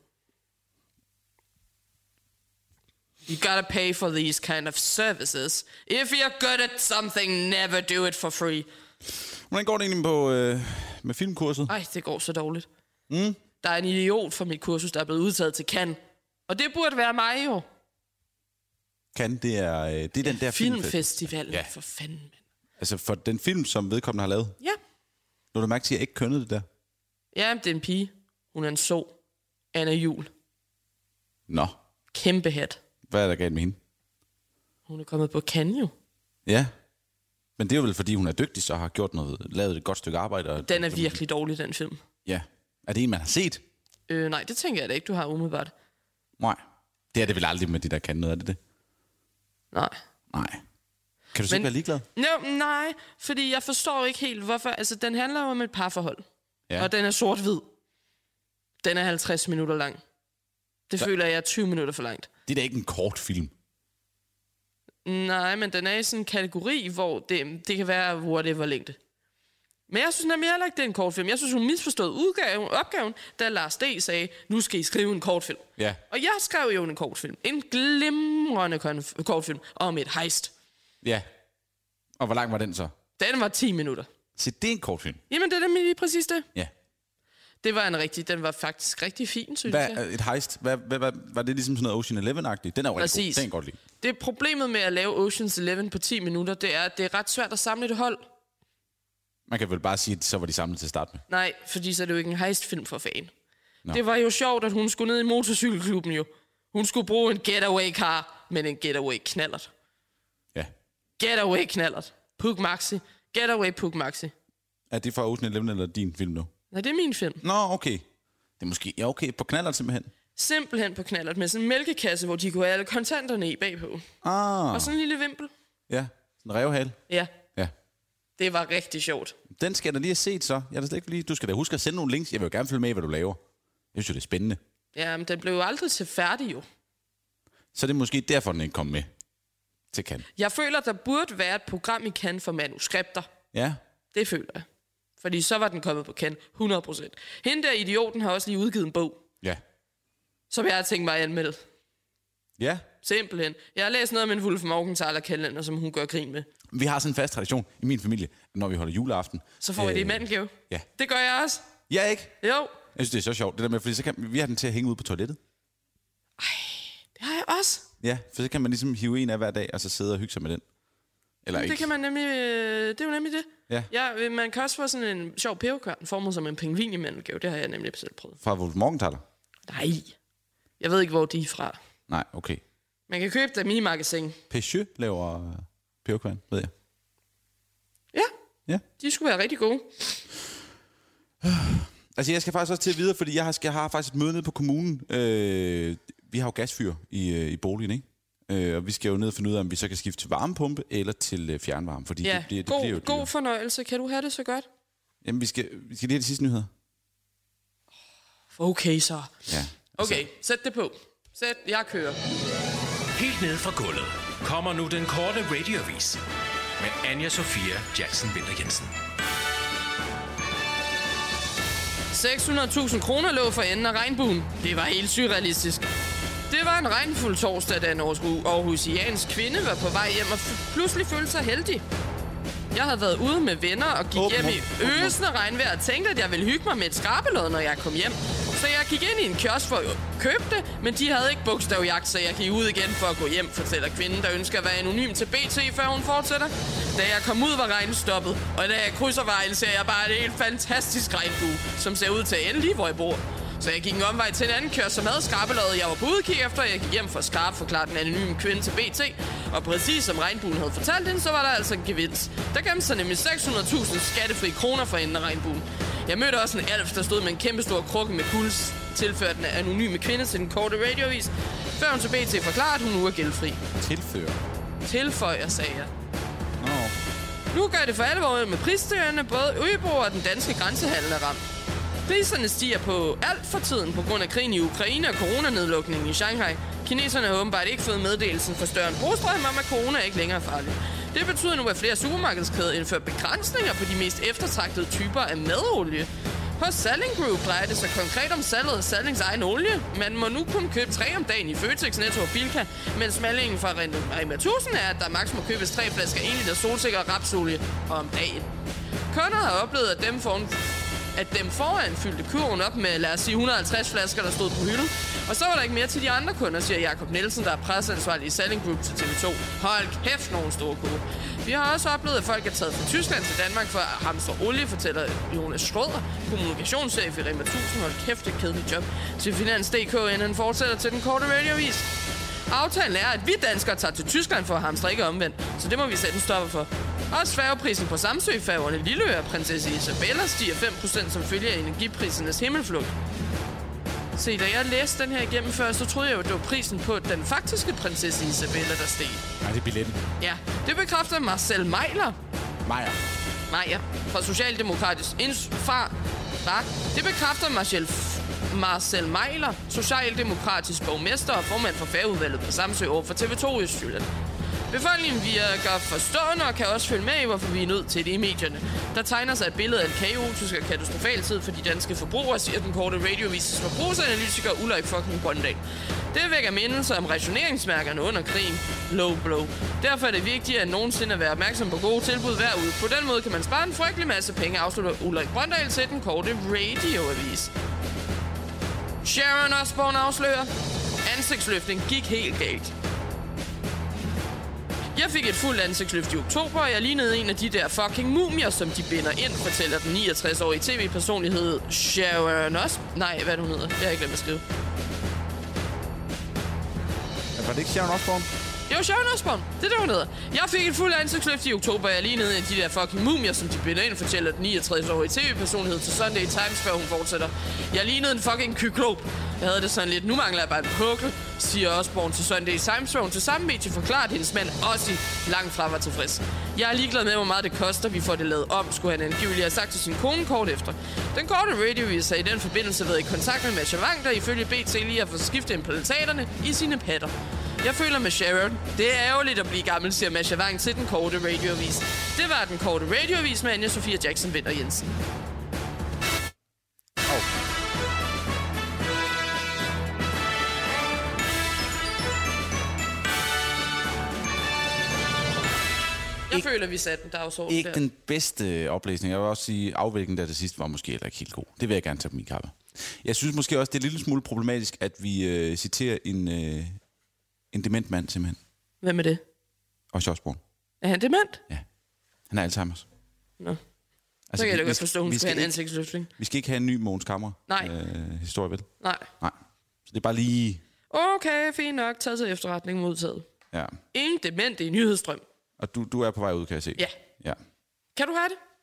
You gotta pay for these kind of services. If you're good at something, never do it for free. Hvordan går det egentlig på, øh, med filmkurset? Ej, det går så dårligt. Mm. Der er en idiot fra mit kursus, der er blevet udtaget til Cannes. Og det burde være mig jo. Cannes, det er, øh, det er den der filmfestival. Ja. For fanden, mand. Altså for den film, som vedkommende har lavet. Ja. Nu du mærke til, at jeg ikke kønnede det der. Ja, det er en pige. Hun er en så. Anna Juhl. Nå. Kæmpe hat. Hvad er der galt med hende? Hun er kommet på Cannes jo. Ja. Men det er jo vel, fordi hun er dygtig, så har gjort noget, lavet et godt stykke arbejde. Og den er virkelig dårlig, den film. Ja. Er det en, man har set? Øh, nej, det tænker jeg da ikke, du har umiddelbart. Nej. Det er det vel aldrig med de, der kan noget, er det det? Nej. Nej. Kan du så Men, ikke være ligeglad? No, nej, fordi jeg forstår ikke helt, hvorfor... Altså, den handler jo om et parforhold. Ja. Og den er sort-hvid. Den er halvtreds minutter lang. Det så... føler jeg er tyve minutter for langt. Det er da ikke en kort film. Nej, men den er i sådan en kategori, hvor det, det kan være whatever længde. Men jeg synes nemlig heller ikke, det er en kortfilm. Jeg synes, hun misforstod udgaven, opgaven, da Lars D. sagde, nu skal I skrive en kortfilm. Ja. Og jeg skrev jo en kortfilm. En glimrende konf- kortfilm om et heist. Ja. Og hvor lang var den så? Den var ti minutter. Så det er en kortfilm? Jamen, det er nemlig lige præcis det. Ja. Det var en rigtig, den var faktisk rigtig fin, synes hvad, jeg. Et heist, hvad, hvad, hvad, var det ligesom sådan noget Ocean Eleven-agtigt? Den er jo rigtig god, den kan jeg godt lide. Det er problemet med at lave Ocean's Eleven på ti minutter, det er, at det er ret svært at samle et hold. Man kan vel bare sige, at så var de samlet til at starte med. Nej, fordi så er det jo ikke en heistfilm for fan. No. Det var jo sjovt, at hun skulle ned i motorcykelklubben jo. Hun skulle bruge en getaway car, men en getaway knallert. Ja. Getaway knallert. Puk Maxi. Getaway Puk Maxi. Er det fra Ocean Eleven eller din film nu? Nej, det er min film. Nå, okay. Det er måske, ja okay, på knallert simpelthen. Simpelthen på knallert med sådan en mælkekasse, hvor de kunne have alle kontanterne i bagpå. Ah. Og sådan en lille vimpel. Ja, sådan en revhale. Ja. Ja. Det var rigtig sjovt. Den skal jeg da lige have set så. Jeg da slet ikke lige. Du skal da huske at sende nogle links. Jeg vil jo gerne følge med i, hvad du laver. Jeg synes jo, det er spændende. Ja, men den blev jo aldrig til færdig jo. Så det er måske derfor, den ikke kom med til Cannes. Jeg føler, der burde være et program i Cannes for manuskripter. Ja. Det føler jeg. Fordi så var den kommet på Cannes, hundrede procent. Hende der idioten har også lige udgivet en bog, Ja. som jeg har tænkt mig at anmelde. Ja. Simpelthen. Jeg har læst noget om en Wolf Morgenthaler-kalender, som hun gør grin med. Vi har sådan en fast tradition i min familie, når vi holder juleaften. Så får øh, jeg det i mandgave. Ja. Det gør jeg også. Ja, ikke? Jo. Jeg synes, det er så sjovt. Det der med, fordi så kan vi har den til at hænge ud på toilettet. Ej, det har jeg også. Ja, for så kan man ligesom hive en af hver dag, og så sidde og hygge sig med den. Eller det ikke. kan man nemlig, øh, det er jo nemlig det. Ja. Ja, man kan også få sådan en sjov peberkørn, formet som en pingvin i mandelgave. Det har jeg nemlig selv prøvet. Fra Wolf Morgenthaler? Nej. Jeg ved ikke, hvor de er fra. Nej, okay. Man kan købe dem i magasin. Peugeot laver peberkværn, ved jeg. Ja. Ja. De skulle være rigtig gode. Altså, jeg skal faktisk også til at videre, fordi jeg har, skal, har faktisk et møde nede på kommunen. Øh, vi har jo gasfyr i, øh, i boligen, ikke? Øh, og vi skal jo ned og finde ud af, om vi så kan skifte til varmepumpe eller til øh, fjernvarme. Fordi Ja, det bliver, det god, bliver jo god fornøjelse. Kan du have det så godt? Jamen, vi skal, vi skal lige have de sidste nyheder. Okay, så. Ja. Okay, sæt det på. Sæt, jeg kører. Helt ned fra gulvet kommer nu den korte radioavis med Anja Sofia Jackson Winther Jensen. seks hundrede tusind kroner lå for enden af regnbuen. Det var helt surrealistisk. Det var en regnfuld torsdag, da en aarhusiansk kvinde var på vej hjem og f- pludselig følte sig heldig. Jeg havde været ude med venner og gik Åben, hjem i åben, åben. øsende regnvejr og tænkte, at jeg ville hygge mig med et skrabelod, når jeg kom hjem. Så jeg gik ind i en kiosk for at købe det, men de havde ikke bogstavjagt, så jeg gik ud igen for at gå hjem, fortæller kvinden, der ønsker at være anonym til B T, før hun fortsætter. Da jeg kom ud, var regnen stoppet, og da jeg krydser vejen, ser jeg bare et helt fantastisk regnbue, som ser ud til at ende lige, hvor jeg bor. Så jeg gik en omvej til en anden kiosk, som havde skrabeloddet, jeg var på udkig efter. Jeg gik hjem for at skrabe, forklare den anonyme kvinde til B T. Og præcis som regnbuen havde fortalt hende, så var der altså en gevinst. Der gemte sig nemlig seks hundrede tusind skattefri kroner for enden af regnbuen. Jeg mødte også en elf, der stod med en kæmpe stor krukke med puls, tilført den anonyme kvinde til den korte radioavis, før hun til B T forklarede, at hun nu er gældfri. Tilføre. Tilføjer, sagde jeg. Nå. Nu gør det for alvor med prisstyrende, både øboere og den danske grænsehandel er ramt. Priserne stiger på alt for tiden på grund af krigen i Ukraine og coronanedlukningen i Shanghai. Kineserne har åbenbart ikke fået meddelelsen fra større brostrøm om, at corona ikke længere er farlig. Det betyder nu, at flere supermarkedskæder indfører begrænsninger på de mest eftertragtede typer af madolie. Hos Salling Group drejer det sig konkret om salget af Sallings egen olie. Man må nu kun købe tre om dagen i Føtex, Netto og Bilka, mens meldingen fra Rema tusind er, at der maks må købes tre flasker en liter solsikker og rapsolie om dagen. Kunder har oplevet, at dem foran, at dem foran fyldte kurven op med, lad os sige, et hundrede og halvtreds flasker, der stod på hylden. Og så var der ikke mere til de andre kunder, siger Jakob Nielsen, der er presseansvarlig i Salling Group til T V to. Hold kæft, nogle store kurve. Vi har også oplevet, at folk er taget fra Tyskland til Danmark for at hamstre olie, fortæller Jonas Schrøder, kommunikationschef i Rema tusind. Hold kæft, det er kedeligt job. Til Finans punktum d k, inden han fortsætter til den korte radioavis. Aftalen er, at vi danskere tager til Tyskland for at hamstre, ikke omvendt, så det må vi sætte en stopper for. Også færgeprisen på Samsø-færgerne Lilleøre og Prinsesse Isabella stiger fem procent som følge af energiprisernes himmelflugt. Se, da jeg læste den her igennem før, så troede jeg jo, at det var prisen på den faktiske Prinsesse Isabella, der steg. Nej, det er billetten. Ja, det bekræfter Marcel Meiler. Maja. Maja, fra Socialdemokratisk Far. Ja, det bekræfter Marcel, Marcel Meiler, socialdemokratisk borgmester og formand for færgeudvalget på Samsø over for T V to i Østjylland. Befolkningen virker forstående og kan også følge med i, hvorfor vi er nødt til det i medierne. Der tegner sig et billede af en kaotisk og katastrofal tid for de danske forbrugere, siger den korte radioavises forbrugsanalytiker Ulrik fucking Brøndal. Det vækker mindelser om rationeringsmærkerne under krigen. Low blow. Derfor er det vigtigt at nogensinde at være opmærksom på gode tilbud hver uge. På den måde kan man spare en frygtelig masse penge, afslutter Ulrik Brøndal til den korte radioavis. Sharon Osbourne afslører. Ansigtsløftning gik helt galt. Jeg fik et fuldt ansigtsløft i oktober, og jeg lignede en af de der fucking mumier, som de binder ind, fortæller den niogtres-årige tv-personlighed Sharon Osbourne. Nej, hvad hun hedder. Det har jeg ikke glemt at skrive. Var det ikke Sharon Osbourne? Jo, Sharon Osbourne. Det er det, hun hedder. Jeg fik et fuldt ansigtsløft i oktober, og jeg lignede en af de der fucking mumier, som de binder ind, fortæller den niogtres-årige tv-personlighed til Sunday Times, før hun fortsætter. Jeg lignede en fucking kyklop. Jeg havde det sådan lidt, nu mangler jeg bare en pukkel, siger Osbourne til Sunday Times, før hun til samme medie forklarer, at hendes mand også langt fra var tilfreds. Jeg er ligeglad med, hvor meget det koster, vi får det lavet om, skulle han angiveligt have sagt til sin kone kort efter. Den korte radiovis har i den forbindelse været i kontakt med Masha Wang, der ifølge B T lige har fået skiftet implantaterne i sine patter. Jeg føler med Sharon. Det er ærgerligt at blive gammel, siger Masha Wang til den korte radioavis. Det var den korte radioavis med Anja Sofia Jackson Vinter Jensen. Oh. Jeg Ik- føler, vi satte en dagsorden Ikke der. den bedste oplæsning. Jeg vil også sige, at afvikling der til sidst var måske heller ikke helt god. Det vil jeg gerne tage på min kappe. Jeg synes måske også, det er en lille smule problematisk, at vi øh, citerer en, øh, en dement mand simpelthen. Hvem er det? Også Osbourne. Er han dement? Ja. Han er Alzheimer's. Nå. Altså, Så kan jeg da vi, godt forstå, at hun vi skal have en ikke, ansigtsløftning. Vi skal ikke have en ny Mogens Kammer Nej. øh, historie, vel? Nej. Nej. Så det er bare lige... Okay, fint nok. Taget til efterretning modtaget. Ja. Ingen dement i nyhedsstrøm. Og du, du er på vej ud, kan jeg se. Ja. Ja. Kan du have det?